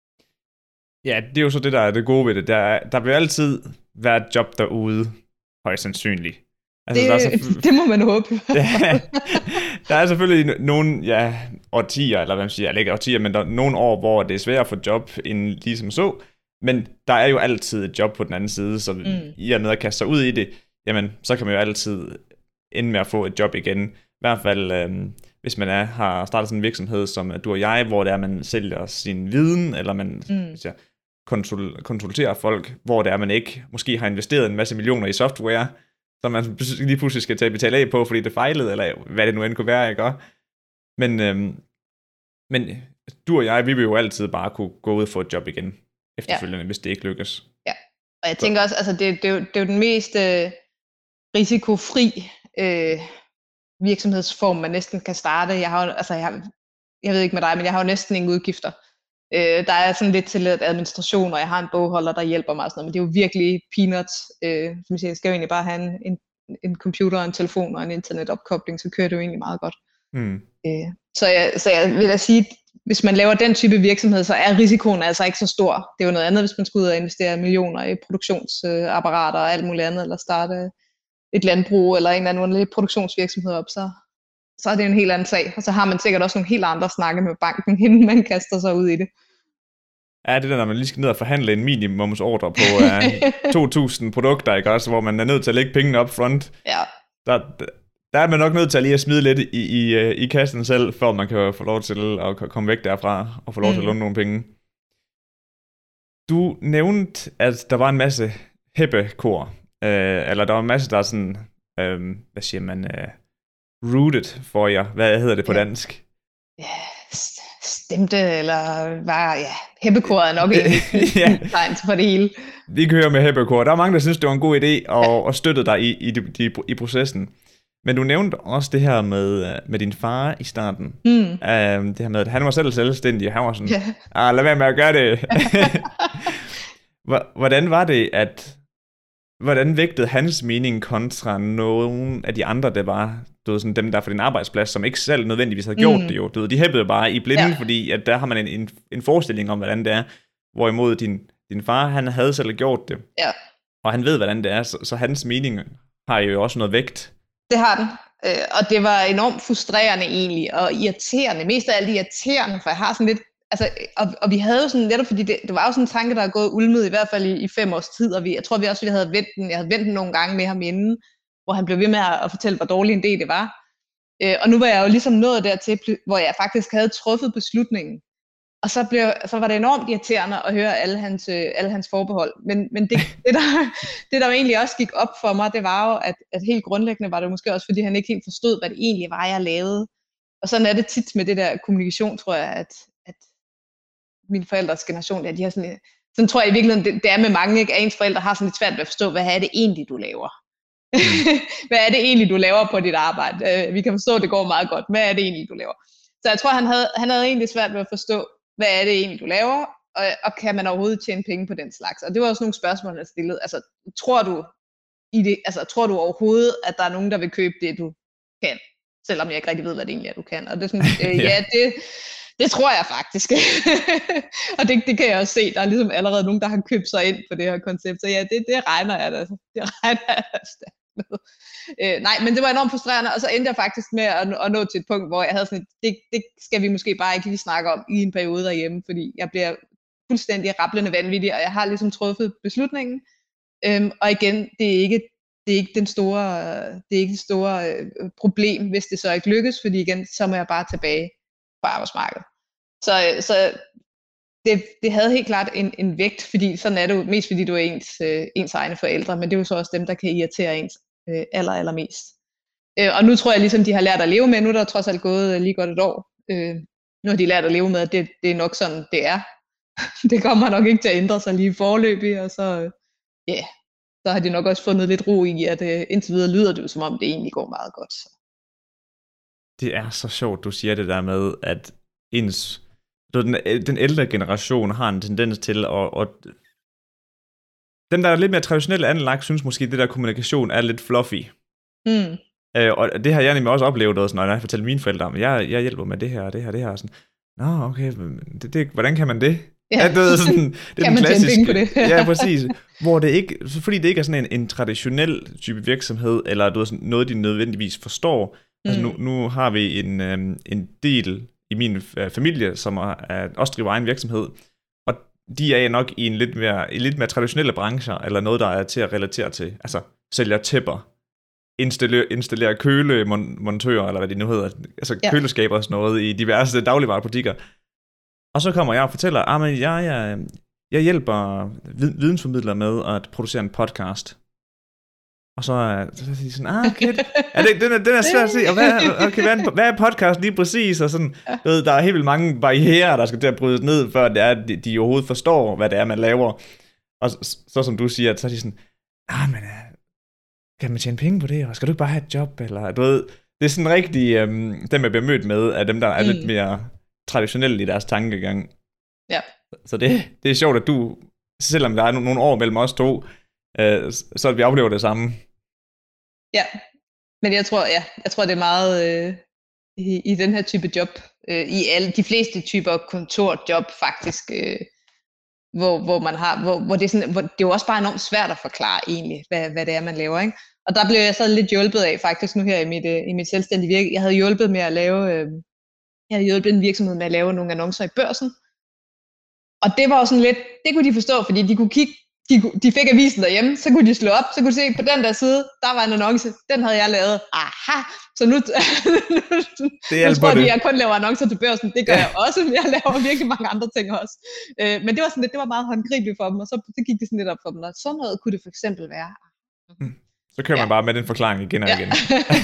Ja, det er jo så det, der er det gode ved det. Der, der vil altid være et job derude, højst sandsynligt. Altså, det, der er så, det må man håbe. Ja, der er selvfølgelig nogle ja, årtier, eller hvad man siger, eller ikke årtier, men der er nogle år, hvor det er sværere at få job end ligesom så. Men der er jo altid et job på den anden side, så mm. I er med at kaste sig ud i det, jamen så kan man jo altid ende med at få et job igen. I hvert fald, øhm, hvis man er, har startet sådan en virksomhed som du og jeg, hvor det er, man sælger sin viden, eller man mm. siger, konsul- konsulterer folk, hvor det er, man ikke måske har investeret en masse millioner i software, som man lige pludselig skal tage betale af på, fordi det fejlede, eller hvad det nu end kunne være, ikke? Men, øhm, men du og jeg, vi vil jo altid bare kunne gå ud og få et job igen, efterfølgende, ja. Hvis det ikke lykkes. Ja, og jeg tænker også, altså det, det, er, jo, det er jo den mest øh, risikofri øh, virksomhedsform, man næsten kan starte. Jeg har jo, altså jeg, har, jeg ved ikke med dig, men jeg har jo næsten ingen udgifter. Øh, der er sådan lidt til administration, og jeg har en bogholder, der hjælper mig og sådan noget, men det er jo virkelig peanuts. Øh, som jeg siger, jeg skal jo egentlig bare have en, en, en computer, en telefon og en internetopkobling, så kører det jo egentlig meget godt. Mm. Øh, så, jeg, så jeg vil da sige, hvis man laver den type virksomhed, så er risikoen altså ikke så stor. Det er jo noget andet, hvis man skal ud og investere millioner i produktionsapparater og alt muligt andet, eller starte et landbrug eller en eller anden produktionsvirksomhed op, så, så er det en helt anden sag. Og så har man sikkert også nogle helt andre snakke med banken, inden man kaster sig ud i det. Ja, det der, når man lige skal ned og forhandle en minimumsordre på uh, to tusind produkter, ikke også, hvor man er nødt til at lægge pengene op front. Ja. Der, der er man nok nødt til at lige at smide lidt i, i, i kassen selv, før man kan få lov til at komme væk derfra og få lov til at låne nogle penge. Du nævnte, at der var en masse heppekor, øh, eller der var en masse, der er sådan, øh, hvad siger man, øh, rooted for jer. Hvad hedder det på dansk? Ja, stemte, eller var, ja, heppekoret er nok et ja. tegn for det hele. Vi kører med heppekor. Der er mange, der synes, det var en god idé, og, ja. og støttede dig i, i, i, i processen. Men du nævnte også det her med, med din far i starten. Mm. Um, det her med, at han var selv selvstændig, og han var sådan, yeah. ah, lad være med at gøre det. Hvordan var det, at, hvordan vægtede hans mening kontra nogle af de andre, der var, du ved, sådan dem der for din arbejdsplads, som ikke selv nødvendigvis havde gjort mm. det jo. Du ved, de hæppede bare i blinde, ja. Fordi at der har man en, en, en forestilling om, hvordan det er. Hvorimod din, din far, han havde selv gjort det. Ja. Og han ved, hvordan det er, så, så hans mening har jo også noget vægt. Det har den, øh, og det var enormt frustrerende egentlig, og irriterende, mest af alt irriterende, for jeg har sådan lidt, altså, og, og vi havde jo sådan, netop fordi det, det var jo sådan en tanke, der er gået ulmet, i hvert fald i, i fem års tid, og vi, jeg tror vi også, vi havde vendt den, jeg havde vendt den nogle gange med ham inden, hvor han blev ved med at, at fortælle, hvor dårlig en idé det var, øh, og nu var jeg jo ligesom nået dertil, hvor jeg faktisk havde truffet beslutningen, og så, blev, så var det enormt irriterende at høre alle hans, øh, alle hans forbehold. Men, men det, det, der, det, der jo egentlig også gik op for mig, det var jo, at, at helt grundlæggende var det måske også, fordi han ikke helt forstod, hvad det egentlig var, jeg lavede. Og sådan er det tit med det der kommunikation, tror jeg, at, at mine forældres generation, ja, de har sådan, sådan tror jeg i virkeligheden, det, det er med mange, ikke? At ens forældre har sådan lidt svært ved at forstå, hvad er det egentlig, du laver? Mm. Hvad er det egentlig, du laver på dit arbejde? Vi kan forstå, at det går meget godt. Hvad er det egentlig, du laver? Så jeg tror, han havde, han havde egentlig svært ved at forstå, hvad er det egentlig, du laver? og, og kan man overhovedet tjene penge på den slags? Og det var også nogle spørgsmål, jeg stillede. Altså, tror du, i det, altså, tror du overhovedet, at der er nogen, der vil købe det, du kan? Selvom jeg ikke rigtig ved, hvad det egentlig er, du kan. Og det er sådan, øh, ja, ja det, det tror jeg faktisk. Og det, det kan jeg også se. Der er ligesom allerede nogen, der har købt sig ind på det her koncept. Så ja, det, det regner jeg da. Det regner jeg da med. Øh, nej, men det var enormt frustrerende, og så endte jeg faktisk med at, at nå til et punkt, hvor jeg havde sådan et, det, det skal vi måske bare ikke lige snakke om i en periode derhjemme, fordi jeg bliver fuldstændig rablende vanvittig, og jeg har ligesom truffet beslutningen. Øhm, og igen, det er ikke det er ikke den store det er ikke det store øh, problem, hvis det så ikke lykkes, fordi igen, så må jeg bare tilbage på arbejdsmarkedet. Så, så det, det havde helt klart en, en vægt, fordi sådan er det jo, mest fordi du er ens, øh, ens egne forældre, men det er jo så også dem, der kan irritere ens øh, aller, allermest. Øh, og nu tror jeg ligesom, de har lært at leve med, nu er der trods alt gået lige godt et år, øh, nu har de lært at leve med, at det, det er nok sådan, det er. Det kommer nok ikke til at ændre sig lige forløbig, og så, øh, yeah, så har de nok også fundet lidt ro i, at øh, indtil videre lyder det jo, som om det egentlig går meget godt. Så. Det er så sjovt, du siger det der med, at ens, den, den ældre generation har en tendens til at, at dem, der er lidt mere traditionelt anlagt, synes måske, at det der kommunikation er lidt fluffy. Mm. Øh, og det har jeg nemlig også oplevet, også, når jeg fortæller mine forældre om, jeg, jeg hjælper med det her, det her, det her. Sådan, nå, okay, det, det, hvordan kan man det? Ja, ja det er sådan, det er kan man tjene penge på det? Ja, præcis. Hvor det ikke, fordi det ikke er sådan en, en traditionel type virksomhed, eller du ved, sådan noget, de nødvendigvis forstår. Mm. Altså nu, nu har vi en, øhm, en del i min øh, familie, som er, er, også driver egen virksomhed, og de er nok i en lidt mere, i lidt mere traditionelle brancher, eller noget, der er til at relatere til. Altså sælger tæpper, installere, installere kølemontører, eller hvad det nu hedder, altså ja. Køleskaber og sådan noget i diverse dagligvarebutikker. Og så kommer jeg og fortæller, at ah, jeg, jeg, jeg hjælper vidensformidlere med at producere en podcast. Og så er de sådan, ah, okay, ja, det, den, er, den er svært at se, og hvad, okay, hvad, er, hvad er podcast lige præcis? Og sådan, du ved, der er helt vildt mange barrierer, der skal til at brydes ned, før det er, de, de overhovedet forstår, hvad det er, man laver. Og så, så som du siger, så er de sådan, ah, men kan man tjene penge på det, og skal du ikke bare have et job? Eller, du ved, det er sådan rigtig, øhm, dem jeg bliver mødt med, af dem, der er mm. lidt mere traditionelle i deres tankegang. Ja. Så det, det er sjovt, at du, selvom der er nogle år mellem os to, øh, så at vi oplever det samme. Ja, men jeg tror, ja, jeg tror det er meget øh, i, i den her type job, øh, i alle de fleste typer kontorjob faktisk, øh, hvor, hvor man har, hvor, hvor det er sådan, hvor det er jo også bare enormt svært at forklare egentlig, hvad, hvad det er, man laver, ikke? Og der blev jeg så lidt hjulpet af faktisk nu her i mit, øh, i mit selvstændige virke. Jeg havde hjulpet med at lave, øh, jeg havde hjulpet en virksomhed med at lave nogle annoncer i Børsen. Og det var jo sådan lidt, det kunne de forstå, fordi de kunne kigge, de, de fik avisen derhjemme, så kunne de slå op, så kunne de se på den der side, der var en annonce, den havde jeg lavet. Aha, så nu, det nu tror de, at jeg kun laver annoncer til Børsen, det gør ja. jeg også, men jeg laver virkelig mange andre ting også. Øh, men det var sådan lidt, det var meget håndgribeligt for dem, og så, så gik det sådan lidt op for dem, og sådan noget kunne det for eksempel være. Mm. Så kører ja. man bare med den forklaring igen og ja. igen.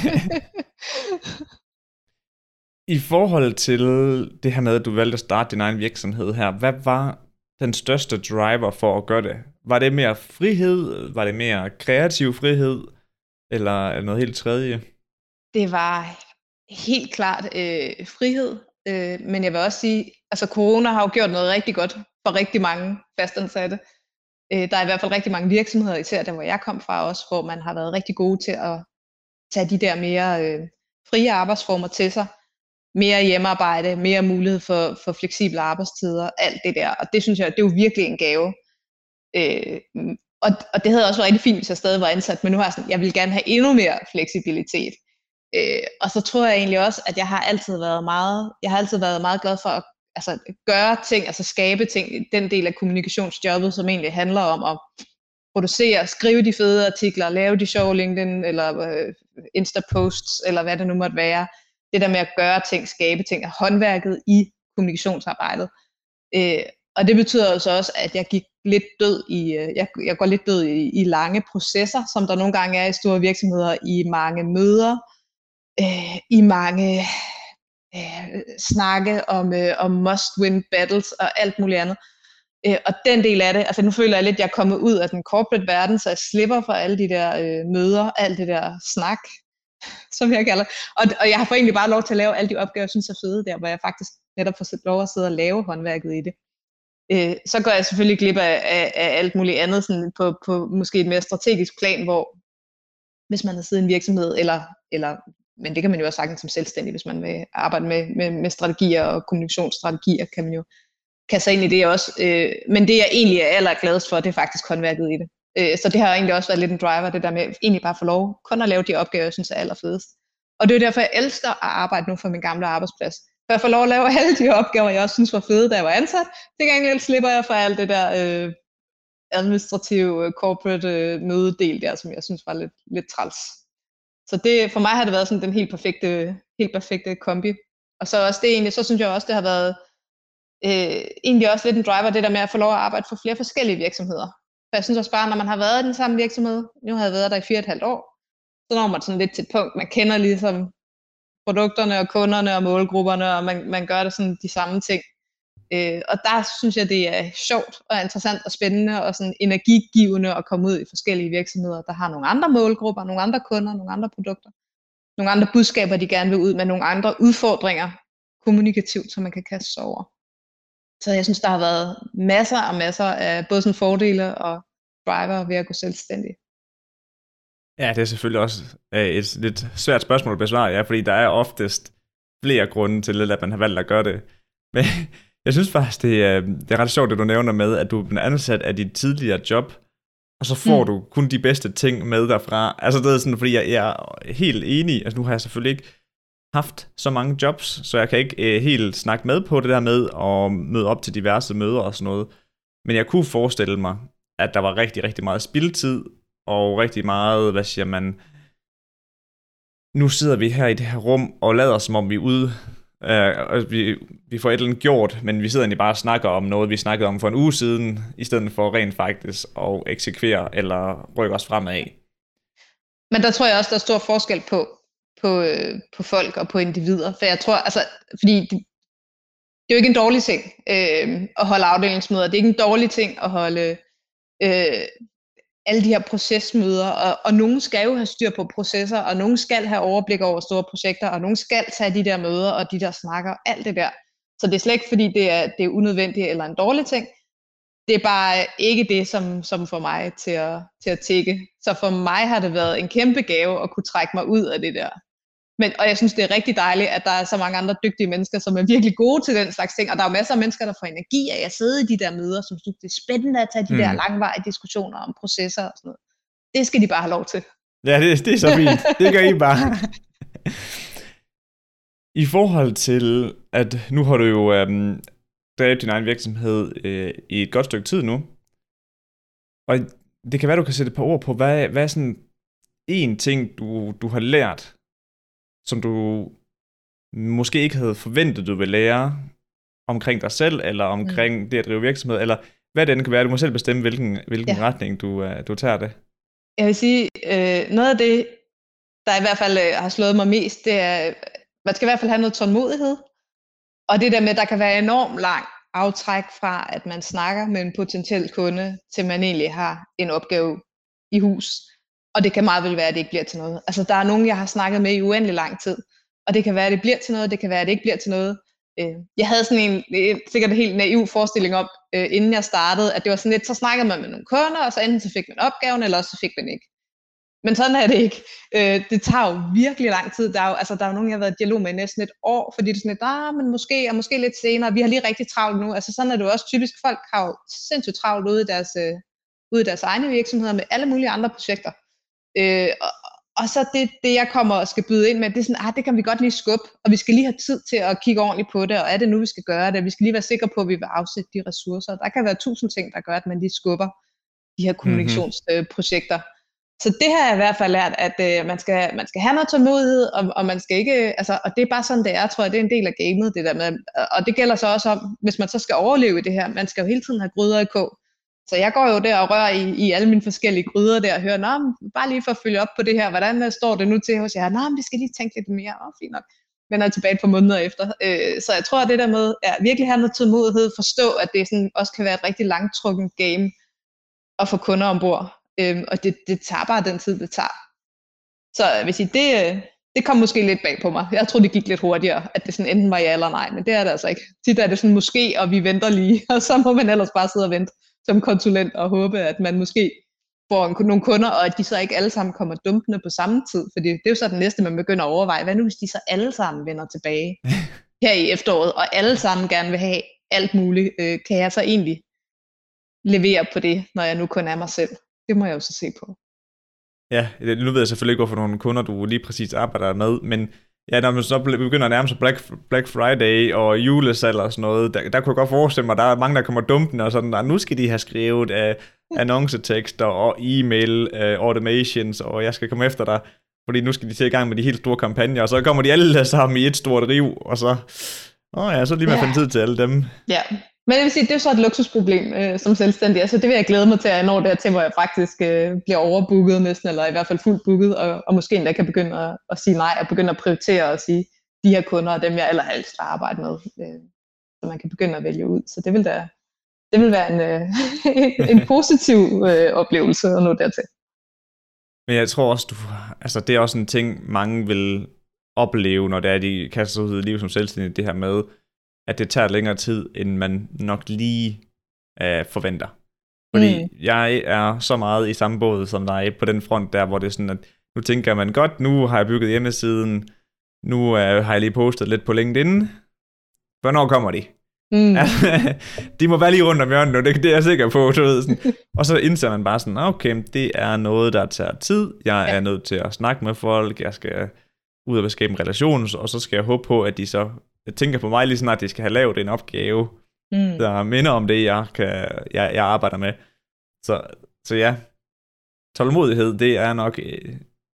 I forhold til det her med, at du valgte at starte din egen virksomhed her, hvad var den største driver for at gøre det? Var det mere frihed? Var det mere kreativ frihed? Eller noget helt tredje? Det var helt klart øh, frihed. Øh, men jeg vil også sige, altså corona har jo gjort noget rigtig godt for rigtig mange fastansatte. Øh, der er i hvert fald rigtig mange virksomheder, især der hvor jeg kom fra også, hvor man har været rigtig gode til at tage de der mere øh, frie arbejdsformer til sig. Mere hjemmearbejde, mere mulighed for, for fleksible arbejdstider, alt det der. Og det synes jeg, det er jo virkelig en gave. Øh, og, og det havde også været rigtig fint, hvis jeg stadig var ansat, men nu har jeg sådan, jeg vil gerne have endnu mere fleksibilitet. Øh, og så tror jeg egentlig også, at jeg har altid været meget, jeg har altid været meget glad for at altså, gøre ting, altså skabe ting, den del af kommunikationsjobbet, som egentlig handler om at producere, skrive de fede artikler, lave de sjove LinkedIn eller øh, Insta-posts, eller hvad det nu måtte være. Det der med at gøre ting, skabe ting, er håndværket i kommunikationsarbejdet. Øh, og det betyder jo så også, at jeg gik lidt død i, jeg, jeg går lidt død i, i lange processer, som der nogle gange er i store virksomheder, i mange møder, øh, i mange øh, snakke om, øh, om must-win battles og alt muligt andet. Øh, og den del af det, altså nu føler jeg lidt, at jeg er kommet ud af den corporate verden, så jeg slipper for alle de der øh, møder, alt det der snak, som jeg kalder. Og, og jeg har for egentlig bare lov til at lave alle de opgaver, jeg synes er fede der, hvor jeg faktisk netop får lov at sidde og lave håndværket i det. Øh, så går jeg selvfølgelig glip af, af, af alt muligt andet sådan på, på måske et mere strategisk plan, hvor hvis man har siddet i en virksomhed, eller, eller, men det kan man jo også sagtens som selvstændig, hvis man vil arbejde med, med, med strategier og kommunikationsstrategier, kan man jo kaste sig ind i det også. Øh, men det jeg egentlig er allergladest for, det er faktisk håndværket i det. Øh, så det har egentlig også været lidt en driver, det der med egentlig bare få lov kun at lave de opgaver, jeg synes er allerfedest. Og det er derfor, jeg elsker at arbejde nu for min gamle arbejdsplads. For jeg får lov at lave alle de opgaver, jeg også synes var fede, da jeg var ansat. Til gengæld slipper jeg for alt det der øh, administrative corporate øh, mødedel der, som jeg synes var lidt, lidt træls. Så det, for mig har det været sådan den helt perfekte, helt perfekte kombi. Og så også det egentlig, så synes jeg også, det har været øh, egentlig også lidt en driver, det der med at få lov at arbejde for flere forskellige virksomheder. For jeg synes også bare, når man har været i den samme virksomhed, nu har jeg været der i fire og et halvt år, så når man sådan lidt til et punkt, man kender ligesom produkterne og kunderne og målgrupperne, og man, man gør det sådan de samme ting. Øh, og der synes jeg, det er sjovt og interessant og spændende og sådan energigivende at komme ud i forskellige virksomheder, der har nogle andre målgrupper, nogle andre kunder, nogle andre produkter, nogle andre budskaber, de gerne vil ud med, nogle andre udfordringer kommunikativt, som man kan kaste sig over. Så jeg synes, der har været masser og masser af både sådan fordele og driver ved at gå selvstændig. Ja, det er selvfølgelig også et lidt svært spørgsmål at besvare, ja, fordi der er oftest flere grunde til, at man har valgt at gøre det. Men jeg synes faktisk, det er, det er ret sjovt, det du nævner med, at du er ansat af dit tidligere job, og så får mm. du kun de bedste ting med derfra. Altså det er sådan, fordi jeg, jeg er helt enig, altså nu har jeg selvfølgelig ikke haft så mange jobs, så jeg kan ikke eh, helt snakke med på det der med at møde op til diverse møder og sådan noget. Men jeg kunne forestille mig, at der var rigtig, rigtig meget spildtid, og rigtig meget, hvad siger man, nu sidder vi her i det her rum, og lader som om vi er ude, øh, vi, vi får et eller andet gjort, men vi sidder egentlig bare og snakker om noget, vi snakkede om for en uge siden, i stedet for rent faktisk at eksekvere, eller rykke os fremad. Men der tror jeg også, der er stor forskel på, på, øh, på folk og på individer, for jeg tror, altså, fordi det, det er jo ikke en dårlig ting øh, at holde afdelingsmøder, det er ikke en dårlig ting at holde øh, alle de her procesmøder, og, og nogen skal jo have styr på processer, og nogen skal have overblik over store projekter, og nogen skal tage de der møder, og de der snakker, og alt det der. Så det er slet ikke, fordi det er, det er unødvendigt eller en dårlig ting. Det er bare ikke det, som, som får mig til at, til at tikke. Så for mig har det været en kæmpe gave at kunne trække mig ud af det der. Men, og jeg synes, det er rigtig dejligt, at der er så mange andre dygtige mennesker, som er virkelig gode til den slags ting. Og der er masser af mennesker, der får energi af at sidde i de der møder, som synes, det er spændende at tage de mm. der langvarige diskussioner om processer og sådan noget. Det skal de bare have lov til. Ja, det, det er så fint. Det gør I bare. I forhold til, at nu har du jo øhm, drevet din egen virksomhed øh, i et godt stykke tid nu. Og det kan være, du kan sætte et par ord på, hvad, hvad er sådan en ting, du, du har lært, som du måske ikke havde forventet, du ville lære omkring dig selv, eller omkring mm. det at drive virksomhed, eller hvad det kan være, du må selv bestemme, hvilken, hvilken ja. retning du, du tager det. Jeg vil sige, øh, noget af det, der i hvert fald øh, har slået mig mest, det er, man skal i hvert fald have noget tålmodighed, og det der med, at der kan være enormt lang aftræk fra, at man snakker med en potentiel kunde, til man egentlig har en opgave i hus. Og det kan meget vel være, at det ikke bliver til noget. Altså, der er nogen, jeg har snakket med i uendelig lang tid. Og det kan være, at det bliver til noget, det kan være, at det ikke bliver til noget. Jeg havde sådan en, sikkert en helt naiv forestilling om, inden jeg startede, at det var sådan lidt, så snakkede man med nogle kunder, og så enten så fik man opgaven, eller også så fik man ikke. Men sådan er det ikke. Det tager jo virkelig lang tid. Der er jo, altså, der er jo nogen, jeg har været i dialog med i næsten et år, fordi det er sådan lidt, ah, men måske, og måske lidt senere. Vi har lige rigtig travlt nu. Altså, sådan er det jo også typisk. Folk har jo sindssygt travlt ude i deres, ude i deres egne virksomheder med alle mulige andre projekter. Øh, og, og så det, det, jeg kommer og skal byde ind med, det er sådan, ah, det kan vi godt lige skubbe, og vi skal lige have tid til at kigge ordentligt på det, og er det nu, vi skal gøre det? Vi skal lige være sikre på, at vi vil afsætte de ressourcer. Der kan være tusind ting, der gør, at man lige skubber de her kommunikationsprojekter. Mm-hmm. Så det har jeg i hvert fald lært, at øh, man, skal, man skal have noget tålmodighed, og, og man skal ikke, altså, og det er bare sådan, det er, tror jeg, det er en del af gamet, det der med, og det gælder så også om, hvis man så skal overleve i det her, man skal jo hele tiden have gryder i kog. Så jeg går jo der og rører i, i alle mine forskellige gryder der og hører, nå, bare lige for at følge op på det her, hvordan står det nu til hos jer? Nå, men det skal lige tænke lidt mere, åh, fint nok. Men er tilbage et par måneder efter. Øh, så jeg tror, at det der med at virkelig have noget tålmodighed, forstå, at det sådan også kan være et rigtig langtrukken game at få kunder ombord. Øh, og det, det tager bare den tid, det tager. Så jeg vil sige, det, det kom måske lidt bag på mig. Jeg tror det gik lidt hurtigere, at det sådan enten var ja eller nej, men det er det altså ikke. Tit er det sådan måske, og vi venter lige, og så må man ellers bare sidde og vente som konsulent og håbe, at man måske får en, nogle kunder, og at de så ikke alle sammen kommer dumpende på samme tid, for det er jo så det næste, man begynder at overveje. Hvad nu, hvis de så alle sammen vender tilbage her i efteråret, og alle sammen gerne vil have alt muligt? Øh, kan jeg så egentlig levere på det, når jeg nu kun er mig selv? Det må jeg jo så se på. Ja, nu ved jeg selvfølgelig ikke, hvorfor nogle kunder du lige præcis arbejder med, men ja, når man så begynder at nærme sig Black, Black Friday og julesalg og sådan noget, der, der kunne jeg godt forestille mig, at der er mange, der kommer dumpende og sådan, og nu skal de have skrevet uh, annoncetekster og e-mail uh, automations, og jeg skal komme efter dig, fordi nu skal de til i gang med de helt store kampagner, og så kommer de alle sammen i et stort riv, og så, åh ja, så lige med at finde tid til alle dem. Ja, men jeg vil sige, det er så et luksusproblem øh, som selvstændig, altså det vil jeg glæde mig til, at jeg når dertil, hvor jeg faktisk øh, bliver overbooket næsten, eller i hvert fald fuldt booket, og, og måske endda kan begynde at, at sige nej, og begynde at prioritere og sige, de her kunder er dem, jeg allerhelst vil arbejde med, øh, så man kan begynde at vælge ud. Så det vil da, det vil være en, øh, en positiv øh, oplevelse at nå dertil. Men jeg tror også, du, altså det er også en ting, mange vil opleve, når det er, de kaster sig ud i liv som selvstændig, det her med, at det tager længere tid, end man nok lige øh, forventer. Fordi mm. jeg er så meget i samme båd som dig på den front der, hvor det er sådan, at nu tænker man, godt, nu har jeg bygget hjemmesiden, nu øh, har jeg lige postet lidt på LinkedIn. Hvornår kommer de? Mm. De må være lige rundt om hjørnet nu, det, det er jeg sikker på. Du ved, sådan. Og så indser man bare sådan, okay, det er noget, der tager tid. Jeg er ja. nødt til at snakke med folk, jeg skal ud og skabe en relation, og så skal jeg håbe på, at de så jeg tænker på mig lige sådan, at de skal have lavet en opgave, mm. der minder om det, jeg, kan, jeg, jeg arbejder med. Så, så ja, tålmodighed, det er nok øh,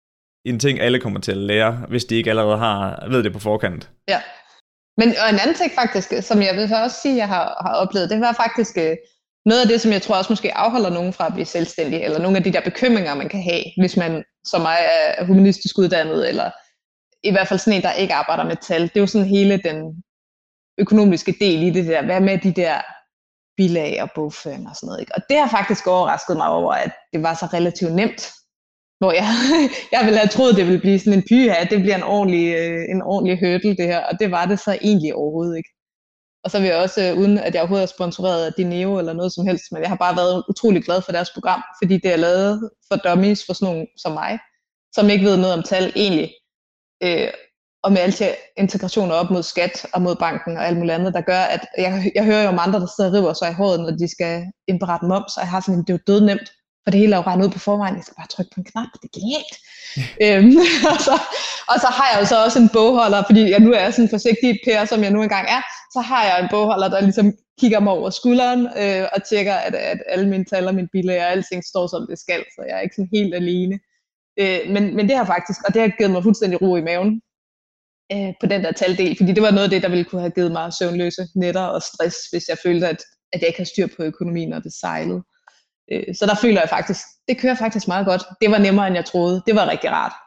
en ting, alle kommer til at lære, hvis de ikke allerede har ved det på forkant. Ja, men og en anden ting faktisk, som jeg vil så også sige, jeg har, har oplevet, det var faktisk øh, noget af det, som jeg tror også måske afholder nogen fra at blive selvstændig, eller nogle af de der bekymringer, man kan have, hvis man som mig er humanistisk uddannet, eller i hvert fald sådan en, der ikke arbejder med tal. Det er jo sådan hele den økonomiske del i det der. Hvad med de der bilag og bogføring og sådan noget, ikke? Og det har faktisk overrasket mig over, at det var så relativt nemt. Hvor jeg, jeg ville have troet, det ville blive sådan en pyha, at det bliver en ordentlig, en ordentlig hurdle det her, og det var det så egentlig overhovedet ikke. Og så vil jeg også, uden at jeg overhovedet er sponsoreret af Dineo eller noget som helst, men jeg har bare været utrolig glad for deres program, fordi det er lavet for dummies, for sådan nogle som mig, som ikke ved noget om tal egentlig. Øh, og med alle integrationer op mod skat og mod banken og alt muligt andet, der gør, at jeg, jeg hører jo om andre, der sidder og river sig i håret, når de skal indberette moms, og jeg har sådan en, det er jo dødnemt, for det hele er jo regnet ud på forvejen, jeg skal bare trykke på en knap, det er genialt. øhm, og, så, og så har jeg jo så også en bogholder, fordi jeg nu er sådan forsigtig Per, som jeg nu engang er, så har jeg en bogholder, der ligesom kigger mig over skulderen øh, og tjekker, at, at alle mine tal og mine bilag og alting står som det skal, så jeg er ikke sådan helt alene. Øh, men, men det har faktisk, og det har givet mig fuldstændig ro i maven øh, på den der taldel, fordi det var noget af det, der ville kunne have givet mig søvnløse nætter og stress, hvis jeg følte, at, at jeg ikke havde styr på økonomien, og det sejlede. Øh, så der føler jeg faktisk, det kører faktisk meget godt. Det var nemmere, end jeg troede. Det var rigtig rart.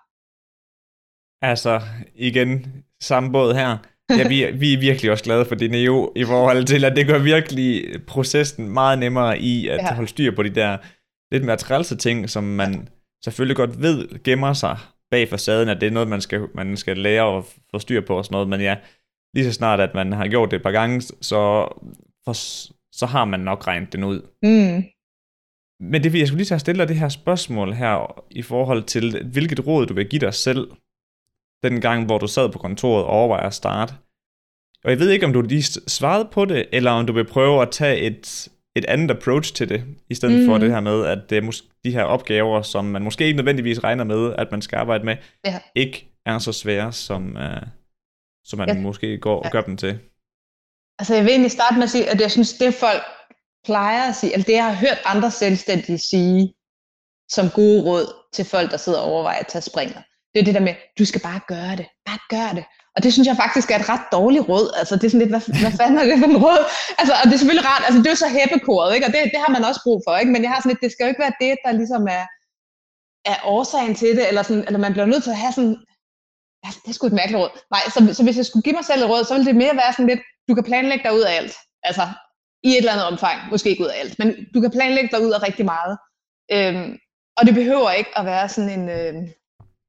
Altså, igen, samme båd her. Ja, vi, vi er virkelig også glade for Dineo i forhold til, at det gør virkelig processen meget nemmere i at ja. holde styr på de der lidt mere trælse ting, som man selvfølgelig godt ved gemmer sig bag facaden, at det er noget, man skal, man skal lære og få styr på og sådan noget. Men ja, lige så snart, at man har gjort det et par gange, så, for, så har man nok regnet den ud. Mm. Men det, jeg skulle lige tage stille dig det her spørgsmål her, i forhold til, hvilket råd du vil give dig selv, den gang, hvor du sad på kontoret og overvejer at starte. Og jeg ved ikke, om du lige svarede på det, eller om du vil prøve at tage et, et andet approach til det, i stedet mm. for det her med, at det er mås- de her opgaver, som man måske ikke nødvendigvis regner med, at man skal arbejde med, ja. ikke er så svære, som, uh, som man ja. måske går og ja. gør dem til. Altså jeg vil egentlig starte med at sige, at jeg synes, det folk plejer at sige, eller det jeg har hørt andre selvstændige sige, som gode råd til folk, der sidder og overvejer at tage springer. Det er det der med, du skal bare gøre det, bare gør det. Og det synes jeg faktisk er et ret dårligt råd. Altså det er sådan lidt, hvad, hvad fanden er det for en råd? Altså, og det er selvfølgelig rart, altså det er jo så hæppekoret, ikke? Og det, det har man også brug for, ikke? Men jeg har sådan lidt, det skal jo ikke være det, der ligesom er, er årsagen til det, eller, sådan, eller man bliver nødt til at have sådan, ja, det er sgu et mærkeligt råd. Nej, så, så hvis jeg skulle give mig selv et råd, så ville det mere være sådan lidt, du kan planlægge dig ud af alt. Altså i et eller andet omfang, måske ikke ud af alt, men du kan planlægge dig ud af rigtig meget. Øhm, og det behøver ikke at være sådan en... Øh,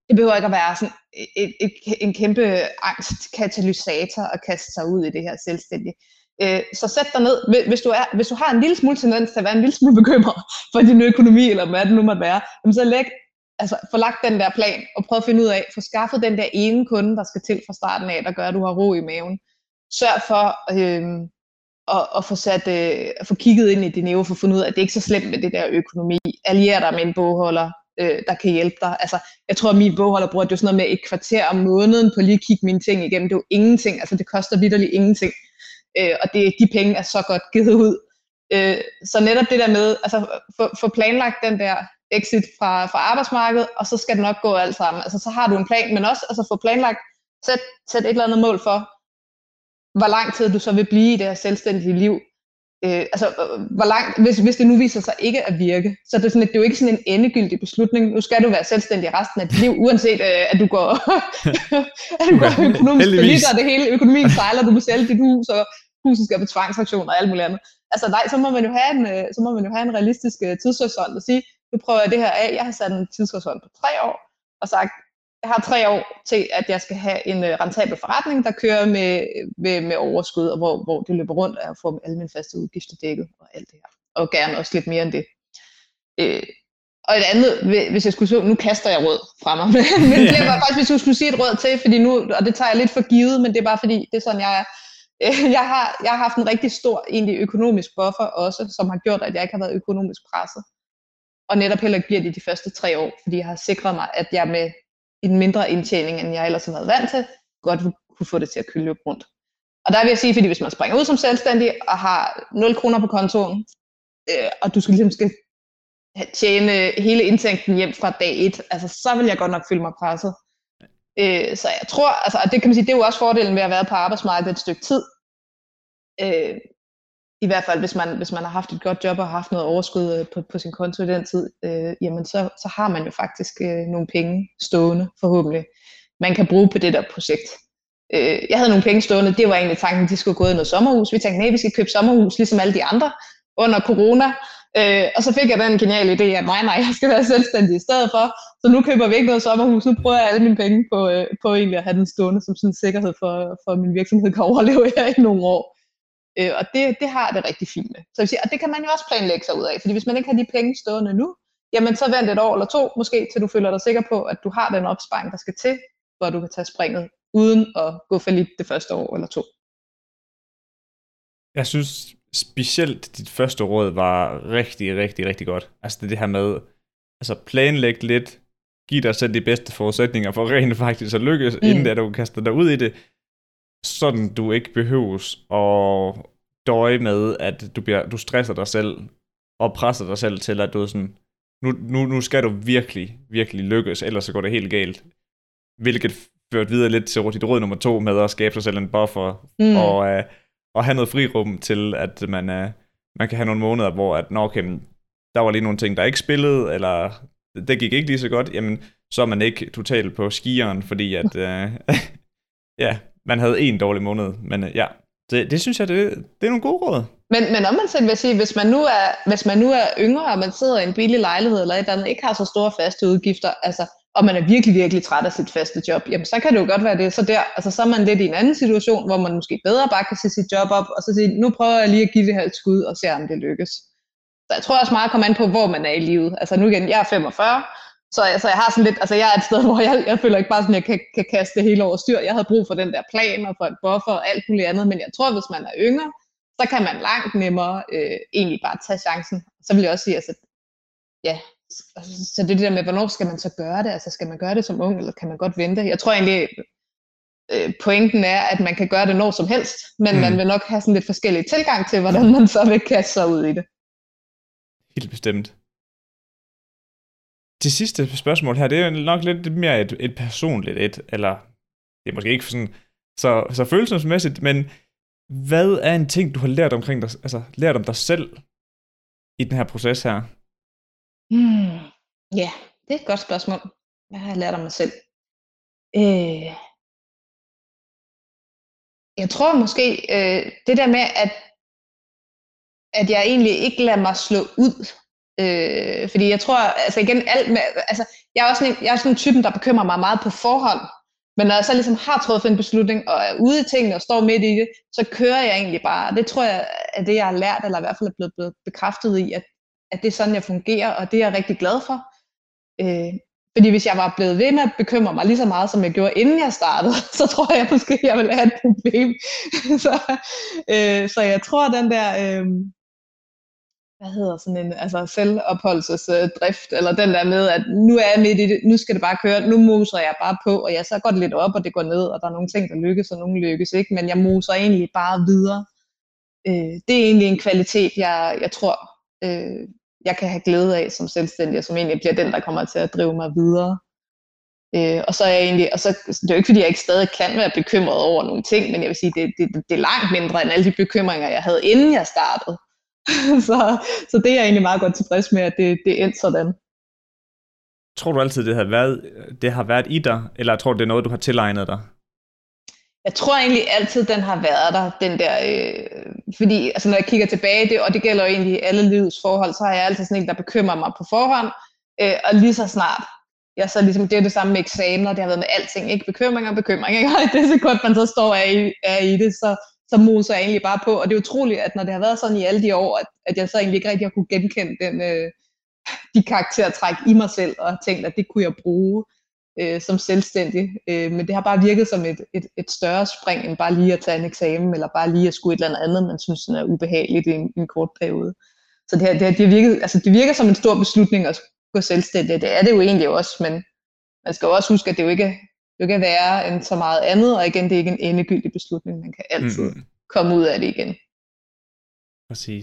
det behøver ikke at være sådan et, et, et, en kæmpe angstkatalysator at kaste sig ud i det her selvstændigt. Øh, så sæt dig ned, hvis du, er, hvis du har en lille smule tendens til at være en lille smule bekymret for din økonomi, eller hvad det nu måtte være, så læg, altså, få lagt den der plan, og prøv at finde ud af, få skaffet den der ene kunde, der skal til fra starten af, der gør, at du har ro i maven. Sørg for øh, at, at få, sat, øh, at få kigget ind i dit niveau, for at finde ud af, at det ikke er så slemt med det der økonomi. Allier dig med en bogholder, øh, der kan hjælpe dig. Altså, jeg tror, at min bogholder bruger det jo sådan noget med et kvarter om måneden på lige at kigge mine ting igennem. Det er jo ingenting, altså det koster vitterligt ingenting. Øh, og det, de penge er så godt givet ud. Øh, så netop det der med, altså få, få planlagt den der exit fra, fra arbejdsmarkedet, og så skal det nok gå alt sammen. Altså så har du en plan, men også altså, få planlagt, sæt, sæt et eller andet mål for, hvor lang tid du så vil blive i det her selvstændige liv. Øh, altså, hvor langt, hvis, hvis det nu viser sig ikke at virke, så er det, sådan, at det er jo ikke sådan en endegyldig beslutning. Nu skal du være selvstændig resten af dit liv, uanset øh, at du går, at du går økonomisk fallit, og det hele økonomien sejler, du må sælge dit hus, og huset skal på tvangsauktioner og alt muligt andet. Altså nej, så må man jo have en, så må man jo have en realistisk tidshorisont og sige, nu prøver jeg det her af. Jeg har sat en tidshorisont på tre år, og sagt, jeg har tre år til, at jeg skal have en rentabel forretning, der kører med, med, med overskud, og hvor, hvor det løber rundt, og jeg får alle mine faste udgifter dækket, og alt det her. Og gerne også lidt mere end det. Øh, og et andet, hvis jeg skulle så, nu kaster jeg råd fra mig, men det var faktisk, hvis du skulle sige et råd til, fordi nu, og det tager jeg lidt for givet, men det er bare fordi, det er sådan, jeg er. Jeg har, jeg har haft en rigtig stor egentlig økonomisk buffer også, som har gjort, at jeg ikke har været økonomisk presset. Og netop heller ikke bliver det de første tre år, fordi jeg har sikret mig, at jeg med en mindre indtjening, end jeg ellers har været vant til, godt kunne få det til at køle rundt. Og der vil jeg sige, fordi hvis man springer ud som selvstændig og har nul kroner på kontoen, øh, og du skal ligesom skal tjene hele indtægten hjem fra dag et, altså så vil jeg godt nok føle mig presset. Øh, så jeg tror, altså det kan man sige, det er jo også fordelen ved at være på arbejdsmarkedet et stykke tid. Øh, I hvert fald, hvis man, hvis man har haft et godt job og har haft noget overskud på, på sin konto i den tid, øh, jamen så, så har man jo faktisk øh, nogle penge stående, forhåbentlig, man kan bruge på det der projekt. Øh, jeg havde nogle penge stående, det var egentlig tanken, de skulle gå i noget sommerhus. Vi tænkte, nej, vi skal købe sommerhus, ligesom alle de andre, under corona. Øh, og så fik jeg den geniale idé, at nej, nej, jeg skal være selvstændig i stedet for. Så nu køber vi ikke noget sommerhus, nu bruger jeg alle mine penge på, øh, på egentlig at have den stående som sådan en sikkerhed for, for at min virksomhed kan overleve her i nogle år. Øh, og det, det har det rigtig fint med. Så jeg vil sige, og det kan man jo også planlægge sig ud af, fordi hvis man ikke har de penge stående nu, jamen så vent et år eller to, måske til du føler dig sikker på, at du har den opsparing, der skal til, hvor du kan tage springet, uden at gå fallit det første år eller to. Jeg synes specielt dit første råd var rigtig, rigtig, rigtig godt. Altså det, det her med, altså planlæg lidt, giv dig selv de bedste forudsætninger for rent faktisk at lykkes, mm. inden at du kaster dig ud i det, sådan du ikke behøves at døje med, at du, bliver, du stresser dig selv, og presser dig selv til, at du er sådan, nu, nu, nu skal du virkelig, virkelig lykkes, ellers så går det helt galt. Hvilket ført videre lidt til dit råd nummer to med at skabe sig selv en buffer, mm. og, uh, og have noget frirum til, at man, uh, man kan have nogle måneder, hvor at, nå, okay, der var lige nogle ting, der ikke spillede, eller det gik ikke lige så godt, jamen så er man ikke totalt på skieren, fordi at, uh, ja, man havde en dårlig måned, men uh, ja, det, det synes jeg, det, det er nogle gode råd. Men, men omvendt vil jeg sige, hvis man, nu er, hvis man nu er yngre, og man sidder i en billig lejlighed, eller et eller andet, ikke har så store faste udgifter, altså, og man er virkelig, virkelig træt af sit faste job, jamen så kan det jo godt være det. Så der, altså så er man lidt i en anden situation, hvor man måske bedre bare kan se sit job op, og så sige, nu prøver jeg lige at give det her et skud, og se om det lykkes. Så jeg tror også meget at komme an på, hvor man er i livet. Altså nu igen, jeg er femogfyrre, så, så jeg har sådan lidt, altså jeg er et sted, hvor jeg, jeg føler ikke bare sådan, at jeg kan, kan kaste det hele over styr. Jeg havde brug for den der plan, og for et buffer, og alt muligt andet, men jeg tror, hvis man er yngre, så kan man langt nemmere øh, egentlig bare tage chancen. Så vil jeg også sige, altså, ja, så det der med, hvornår skal man så gøre det? Altså skal man gøre det som ung, eller kan man godt vente? Jeg tror egentlig, øh, pointen er, at man kan gøre det når som helst, men mm. man vil nok have sådan lidt forskellige tilgang til, hvordan man så vil kaste sig ud i det. Helt bestemt. Det sidste spørgsmål her, det er nok lidt mere et, et personligt et, eller det er måske ikke sådan, så, så følelsesmæssigt, men hvad er en ting, du har lært omkring dig, altså lært om dig selv i den her proces her? Hmm. Ja, yeah, det er et godt spørgsmål. Hvad har jeg lært om mig selv? Øh, jeg tror måske, øh, det der med, at, at jeg egentlig ikke lader mig slå ud Øh, fordi jeg tror, altså igen, alt med, altså, jeg er også sådan en, jeg er sådan en typen, der bekymrer mig meget på forhånd. Men når jeg så ligesom har truffet en beslutning, og er ude i tingene og står midt i det, så kører jeg egentlig bare. Det tror jeg er det, jeg har lært, eller i hvert fald er blevet, blevet bekræftet i, at, at det er sådan, jeg fungerer, og det er jeg rigtig glad for. Øh, fordi hvis jeg var blevet ved med at bekymre mig lige så meget, som jeg gjorde, inden jeg startede, så tror jeg måske, jeg ville have et problem. så, øh, så jeg tror, den der... Øh, hvad hedder sådan en altså selvopholdelsesdrift, eller den der med, at nu er jeg midt i det, nu skal det bare køre, nu moser jeg bare på, og jeg så går det lidt op, og det går ned, og der er nogle ting, der lykkes, og nogle lykkes ikke, men jeg moser egentlig bare videre. Øh, det er egentlig en kvalitet, jeg, jeg tror, øh, jeg kan have glæde af som selvstændig, og som egentlig bliver den, der kommer til at drive mig videre. Øh, og så er jeg egentlig, og så, det er jo ikke, fordi jeg ikke stadig kan være bekymret over nogle ting, men jeg vil sige, det, det, det er langt mindre end alle de bekymringer, jeg havde, inden jeg startede. så, så det er jeg egentlig meget godt tilfreds med, at det, det endte sådan. Tror du altid, det har, været, det har været i dig, eller tror du, det er noget, du har tilegnet dig? Jeg tror egentlig altid, den har været der, den der, øh, fordi altså, når jeg kigger tilbage, det, og det gælder jo egentlig i alle livets forhold, så har jeg altid sådan en, der bekymrer mig på forhånd, øh, og lige så snart, jeg så ligesom, det er det samme med eksamener, det har været med alting, ikke bekymringer, bekymringer, ikke? Og i det sekund, man så står af i, er i det, så så moser jeg egentlig bare på, og det er utroligt, at når det har været sådan i alle de år, at, at jeg så egentlig ikke rigtig har kunne genkende den, øh, de karaktertræk i mig selv, og har tænkt, at det kunne jeg bruge øh, som selvstændig. Øh, men det har bare virket som et, et, et større spring, end bare lige at tage en eksamen, eller bare lige at skulle et eller andet andet, man synes er ubehageligt i en, en kort periode. Så det, her, det, her, det, virker, altså det virker som en stor beslutning at gå selvstændig. Det er det jo egentlig også, men man skal jo også huske, at det jo ikke det kan være end så meget andet, og igen, det er ikke en endegyldig beslutning. Man kan altid mm-hmm. komme ud af det igen. Præcis.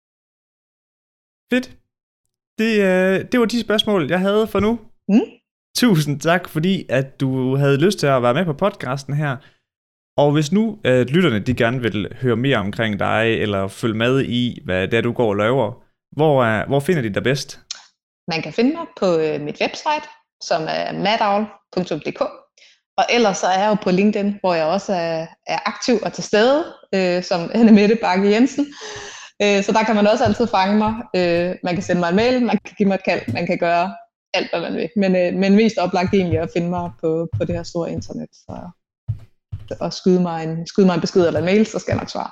Fedt. Det, øh, det var de spørgsmål, jeg havde for nu. Mm. Tusind tak, fordi at du havde lyst til at være med på podcasten her. Og hvis nu at lytterne de gerne vil høre mere omkring dig, eller følge med i, hvad det er, du går og laver, hvor, hvor finder de dig bedst? Man kan finde mig på øh, mit website, som er madavl punktum d k. Og ellers så er jeg jo på LinkedIn, hvor jeg også er, er aktiv og til stede, øh, som Annemette Bakke Jensen. Øh, så der kan man også altid fange mig. Øh, man kan sende mig en mail, man kan give mig et kald, man kan gøre alt, hvad man vil. Men, øh, men mest oplagt egentlig at finde mig på, på det her store internet. Så, og skyde mig, en, skyde mig en besked eller en mail, så skal jeg nok svare.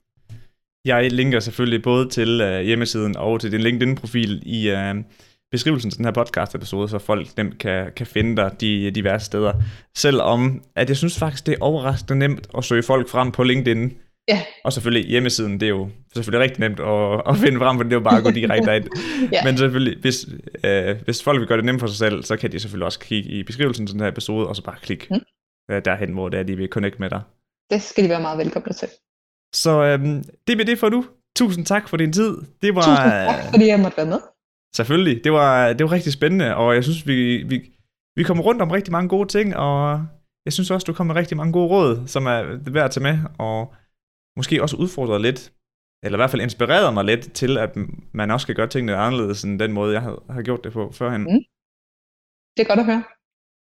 Jeg linker selvfølgelig både til øh, hjemmesiden og til din LinkedIn-profil i øh, beskrivelsen til den her podcast-episode, så folk nemt kan, kan finde dig de diverse steder. Selvom at jeg synes faktisk, det er overraskende nemt at søge folk frem på LinkedIn. Ja. Og selvfølgelig hjemmesiden, det er jo selvfølgelig rigtig nemt at, at finde frem, for det er jo bare at gå direkte ind. Ja. Men selvfølgelig, hvis, øh, hvis folk vil gøre det nemt for sig selv, så kan de selvfølgelig også kigge i beskrivelsen til den her episode, og så bare klikke mm. øh, derhen, hvor det er, de vil connect med dig. Det skal de være meget velkomne til. Så øhm, det med det for nu. Tusind tak for din tid. Det var, Tusind tak, fordi jeg måtte være med. Selvfølgelig. Det var, det var rigtig spændende, og jeg synes, vi, vi, vi kom rundt om rigtig mange gode ting, og jeg synes også, du kom med rigtig mange gode råd, som er værd at tage med, og måske også udfordret lidt, eller i hvert fald inspireret mig lidt til, at man også skal gøre tingene anderledes, end den måde, jeg har, har gjort det på førhen. Mm. Det er godt at høre.